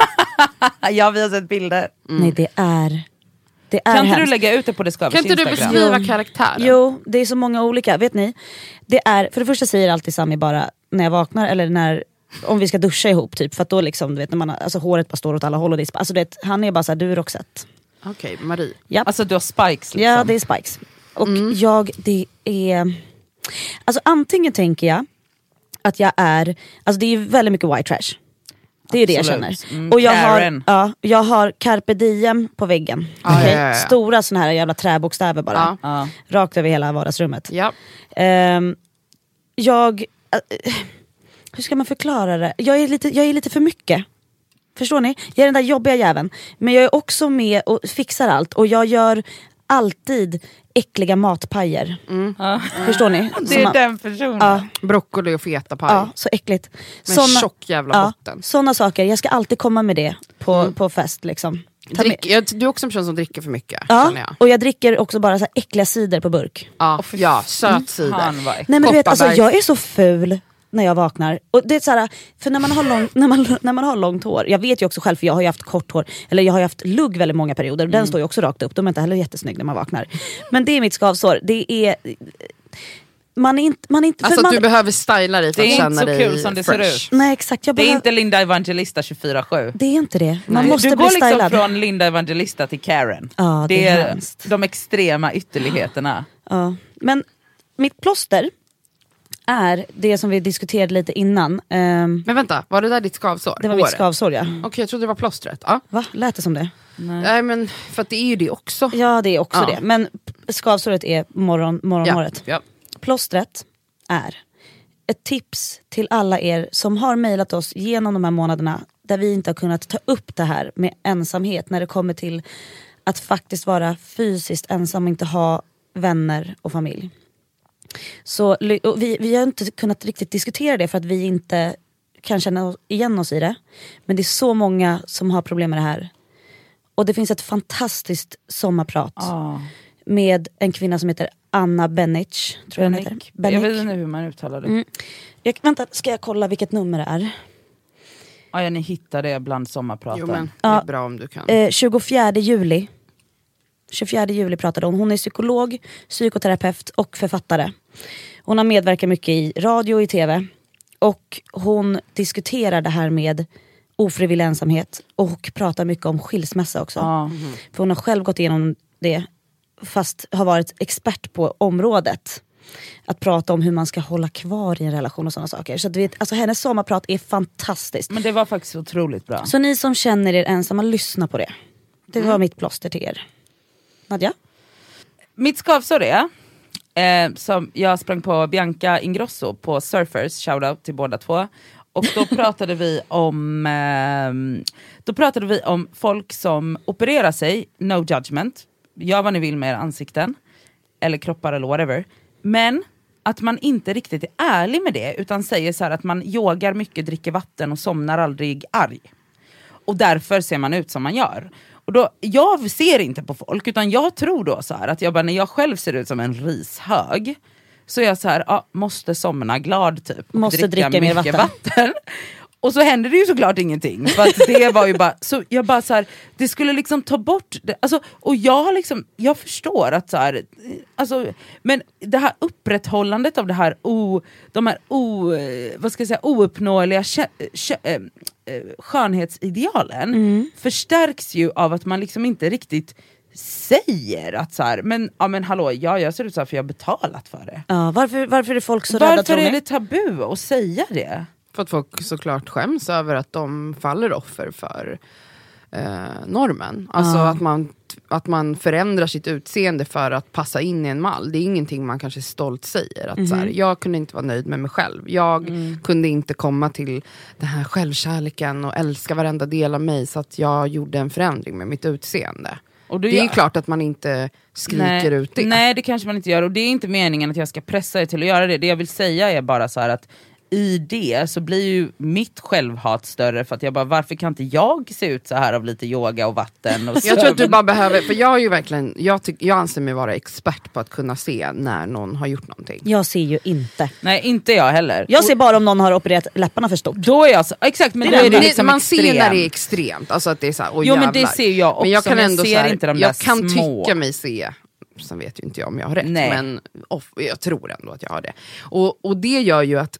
Ja, vi har sett bilder. Nej det är... Det är Kan inte du hemskt. lägga ut det på det skavs Kan inte du Instagram? beskriva Jo. karaktären? Jo, det är så många olika. Vet ni? Det är, för det första säger alltid Sami bara när jag vaknar eller när... Om vi ska duscha ihop typ. För att då liksom, du vet, när man, har- alltså, håret bara står åt alla håll. Och det är, alltså, du vet, han är bara såhär, du är Roxette. Okej, Marie. Ja. Alltså du har spikes liksom. Ja, det är Spikes. Och jag, det är... Alltså antingen tänker jag att jag är... Alltså det är ju väldigt mycket white trash. Det är det jag Absolut. känner. Mm, Och jag Karen. har, ja, jag har carpe diem på väggen. Ah, Okej? ja, ja, ja. Stora såna här jävla träbokstäver bara. Ja. Ja. Rakt över hela vardagsrummet. Ja. Ehm, jag... eh, hur ska man förklara det? Jag är, lite, jag är lite för mycket. Förstår ni? Jag är den där jobbiga jäveln. Men jag är också med och fixar allt. Och jag gör alltid äckliga matpajer. Ja. Förstår ni? Det Som är man- den personen. Ja, Broccoli och fetapaj. ja, så äckligt. Med en tjock jävla ja, botten. såna saker. Jag ska alltid komma med det på, på fest. Liksom. Ta med- Drick, jag, du är också en person som dricker för mycket. Ja, Känner jag. och jag dricker också bara så här äckliga cider på burk. Ja, ja, söt cider. Han var äcklig. Nej men du vet, alltså, Kopparbergs. jag är så ful när jag vaknar. Och det är så här, för när man, har lång, när, man, när man har långt hår, jag vet ju också själv för jag har ju haft kort hår, eller jag har ju haft lugg väldigt många perioder, och den Mm. står ju också rakt upp, de är inte heller jättesnygg när man vaknar. Men det är mitt skavsår, det är... Man är inte... Man är inte för Alltså man, att du behöver styla dig för Det är att inte känna så dig kul som det ser fresh. ut. nej exakt, jag Det är behöver, inte Linda Evangelista tjugofyra sju. det är inte det. Man Nej. måste Du bli går liksom stylad. från Linda Evangelista till Karen. Ja, det är hemskt. de extrema ytterligheterna. Ja. Men mitt plåster är det som vi diskuterade lite innan. Ehm, Men vänta, var det där ditt skavsår? det var mitt Håret? skavsår ja. Okej, jag trodde det var plåstret. Ja. Va? Lät det som det? Nej men för att det är ju det också. Ja det är också Ja. det. Men p- skavsåret är morgon, morgonhåret. Ja. Plåstret är ett tips till alla er som har mejlat oss genom de här månaderna där vi inte har kunnat ta upp det här med ensamhet när det kommer till att faktiskt vara fysiskt ensam och inte ha vänner och familj. Så ly- och vi, vi har inte kunnat riktigt diskutera det för att vi inte kan känna oss- igen oss i det. Men det är så många som har problem med det här. Och det finns ett fantastiskt sommarprat Ah. med en kvinna som heter Anna Benich. Tror jag hon heter. Bennick. Jag Bennick. vet inte hur man uttalar det. Mm. Jag, vänta, ska jag kolla vilket nummer det är? Ah, ja, ni hittar det bland sommarpraten. Jo men det är Ja. bra om du kan. Eh, tjugofjärde juli. tjugofjärde juli pratade hon. Hon är psykolog, psykoterapeut och författare. Hon har medverkat mycket i radio och i tv. Och hon diskuterar det här med ofrivillig ensamhet. Och pratar mycket om skilsmässa också. Ah. För hon har själv gått igenom det. Fast har varit expert på området. Att prata om hur man ska hålla kvar i en relation och sådana saker. Så att du vet, alltså hennes sommarprat är fantastiskt. Men det var faktiskt otroligt bra. Så ni som känner er ensamma, lyssna på det. Det var Mm. mitt plåster till er. Nadja? Mitt skavsår är, eh, som jag sprang på Bianca Ingrosso på Surfers, shoutout till båda två. Och då pratade vi om eh, Då pratade vi om folk som opererar sig, no judgment. Gör vad ni vill med era ansikten. Eller kroppar eller whatever. Men att man inte riktigt är ärlig med det. Utan säger så här att man yogar mycket, dricker vatten och somnar aldrig arg. Och därför ser man ut som man gör. Och då, jag ser inte på folk, utan jag tror då så här att jag bara, när jag själv ser ut som en rishög, så är jag så här, ja, måste somna glad typ. Måste dricka mer vatten. vatten. Och så hände det ju såklart ingenting. För att det var ju bara, så jag bara så här, det skulle liksom ta bort det, alltså, och jag har liksom, jag förstår att så här, alltså, men det här upprätthållandet av det här o, de här o, vad ska jag säga, ouppnåeliga kä, kä, äh, skönhetsidealen mm. förstärks ju av att man liksom inte riktigt säger att så här, men, ja, men hallå, ja, jag ser ut så här för jag har betalat för det. Ja, varför, varför är folk så varför rädda, tror ni? Varför är det tabu att säga det? För att folk såklart skäms över att de faller offer för eh, normen. Alltså Ah. att, man, att man förändrar sitt utseende för att passa in i en mall. Det är ingenting man kanske stolt säger. Att Mm-hmm. så här, jag kunde inte vara nöjd med mig själv. Jag Mm. kunde inte komma till den här självkärleken och älska varenda del av mig. Så att jag gjorde en förändring med mitt utseende. Och du det är ju gör- klart att man inte skriker Nej. ut det. Nej, det kanske man inte gör. Och det är inte meningen att jag ska pressa dig till att göra det. Det jag vill säga är bara så här att i det så blir ju mitt självhat större, för att jag bara, varför kan inte jag se ut så här av lite yoga och vatten? Och Jag tror att du bara behöver, för jag är ju verkligen, jag, tyck, jag anser mig vara expert på att kunna se när någon har gjort någonting. Jag ser ju inte. Nej, inte jag heller. Jag ser bara om någon har opererat läpparna för stort. Då är jag så, exakt, men Det då är är det det. liksom man extremt. ser när det är extremt, alltså att det är så här, åh, Jo, men jävlar. det ser jag också, men jag kan men jag ändå ser så här, inte de jag där kan små. tycka mig se, sen vet ju inte jag om jag har rätt, Nej. men off, jag tror ändå att jag har det. Och, och det gör ju att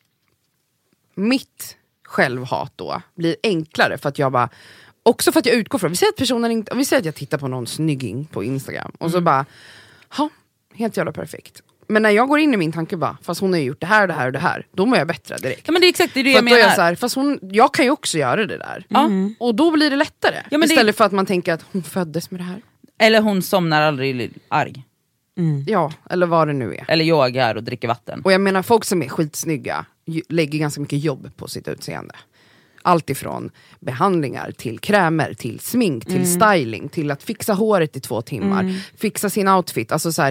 mitt självhat då blir enklare, för att jag bara, också för att jag utgår från, vi säger att personen inte, vi säger att jag tittar på någon snygging på Instagram och så bara, ja, helt jävla perfekt. Men när jag går in i min tanke bara, fast hon har ju gjort det här och det här och det här, då mår jag bättre direkt. Ja, men det är exakt det, är det För jag att då är menar. jag så här, fast hon, jag kan ju också göra det där. Ja. Och då blir det lättare. Ja, men det- Istället för att man tänker att hon föddes med det här. Eller hon somnar aldrig arg. Ja, eller vad det nu är. Eller yogar och dricker vatten. Och jag menar, folk som är skitsnygga ju- lägger ganska mycket jobb på sitt utseende. Allt ifrån behandlingar till krämer, till smink, till styling, till att fixa håret i två timmar, fixa sin outfit. Alltså så här,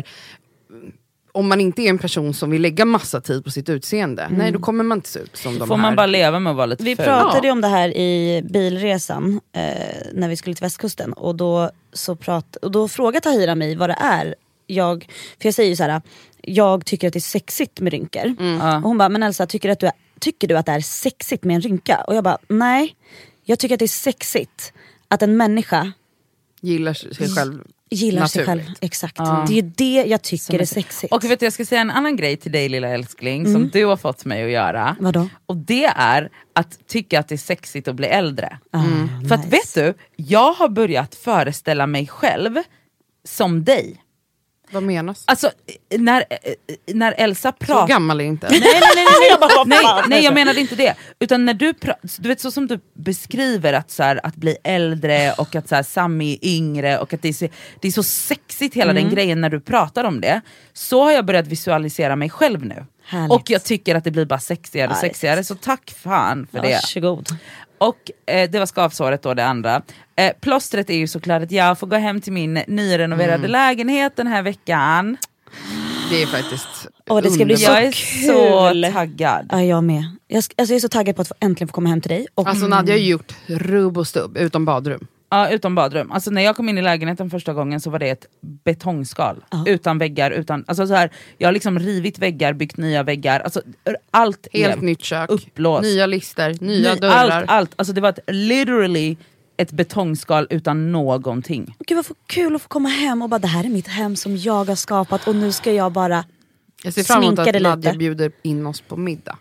om man inte är en person som vill lägga massa tid på sitt utseende, nej, då kommer man inte se ut som de Får här. man bara leva med att vara lite Vi ful. pratade ju om det här i bilresan eh, när vi skulle till västkusten. Och då, så prat, och då frågade Tahira mig vad det är. Jag, för jag säger ju så här: jag tycker att det är sexigt med rynkor. Ja. Och hon bara, men Elsa, tycker du, att du är, tycker du att det är sexigt med en rynka? Och jag bara, nej. Jag tycker att det är sexigt att en människa Gillar sig själv. gillar sig själv. Naturligt. Exakt. Ja. Det är ju det jag tycker Som är är- sexigt. Och vet du, jag ska säga en annan grej till dig, lilla älskling, som du har fått mig att göra. Vadå? Och det är att tycka att det är sexigt att bli äldre. Ah, För att nice. vet du, jag har börjat föreställa mig själv som dig. Vad menas? Alltså, när, när Elsa Så pratar... gammal är inte. Nej, nej, nej, nej, jag bara, nej, nej, jag menade inte det. Utan när du pra- du vet, så som du beskriver att, så här, att bli äldre och att så här, Sammy är yngre och att det är så, det är så sexigt hela den grejen när du pratar om det. Så har jag börjat visualisera mig själv nu. Härligt. Och jag tycker att det blir bara sexigare och Ja, det är sexigare. Så tack fan för det. Varsågod. Och eh, det var skavsåret då, det andra. Eh, plåstret är ju såklart att jag får gå hem till min nyrenoverade lägenhet den här veckan. Det är faktiskt Åh, det ska bli underbart. Jag är kul. så taggad. Ja, jag med. Jag, sk- alltså, jag är så taggad på att få, äntligen få komma hem till dig. Och, Alltså Nadja har ju gjort rubb och stubb, utom badrum. Ja, utom badrum. Alltså när jag kom in i lägenheten första gången så var det ett betongskal. Utan väggar, utan... Alltså så här, jag har liksom rivit väggar, byggt nya väggar. Alltså allt Helt är nytt kök, uppblåst. nya lister, nya Ny- dörrar. Allt, allt. Alltså det var ett, literally ett betongskal utan någonting. Gud vad för kul att få komma hem och bara, det här är mitt hem som jag har skapat och nu ska jag bara... Jag ser fram emot sminka det att Nadja lite. bjuder in oss på middag.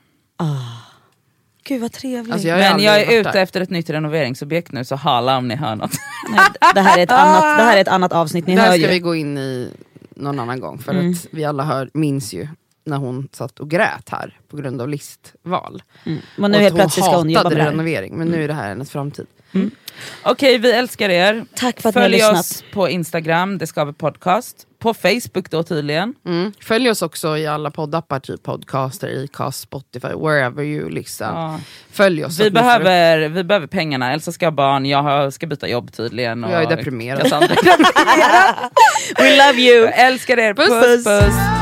Gud vad trevligt. Alltså, jag har Men aldrig jag är varit ute där. efter ett nytt renoveringsobjekt nu, så hala om ni hör något. Nej, det, här är ett annat, det här är ett annat avsnitt, ni Det hör här ju. ska vi gå in i någon annan gång. För Mm. att vi alla hör, minns ju när hon satt och grät här på grund av listval. Mm. Men nu Och helt att plötsligt ska hon jobba hatade med det här. renovering, men nu är det här hennes framtid. Okej, vi älskar er. Tack för att ni har Följ lyssnat. oss på Instagram, det ska vi podcast. På Facebook då tydligen. Mm. Följ oss också i alla poddappar, typ Podcaster, Acast, Spotify, wherever you listen. Ja. Följ oss. så Vi att ni får behöver, vi behöver pengarna. Elsa ska ha barn, jag har- ska byta jobb tydligen. upp- Jag är och- deprimerad. Cassandra är deprimerad. We love you! Jag älskar er, puss Puss, puss! puss.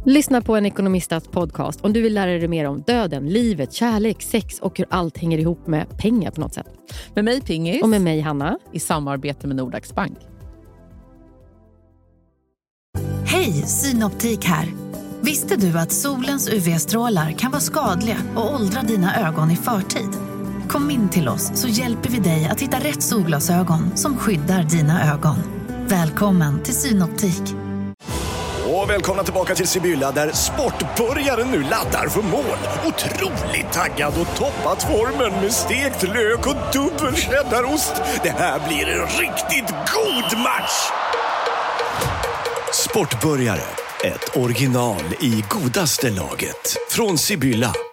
Lyssna på en ekonomistats podcast om du vill lära dig mer om döden, livet, kärlek, sex och hur allt hänger ihop med pengar på något sätt. Med mig Pingis. Och med mig Hanna. I samarbete med Nordax Bank. Hej, Synoptik här. Visste du att solens U V-strålar kan vara skadliga och åldra dina ögon i förtid? Kom in till oss så hjälper vi dig att hitta rätt solglasögon som skyddar dina ögon. Välkommen till Synoptik. Och välkomna tillbaka till Sibylla där sportbörjaren nu laddar för mål. Otroligt taggad och toppat formen med stekt lök och dubbel cheddarost. Det här blir en riktigt god match! Sportbörjare, ett original i godaste laget. Från Sibylla.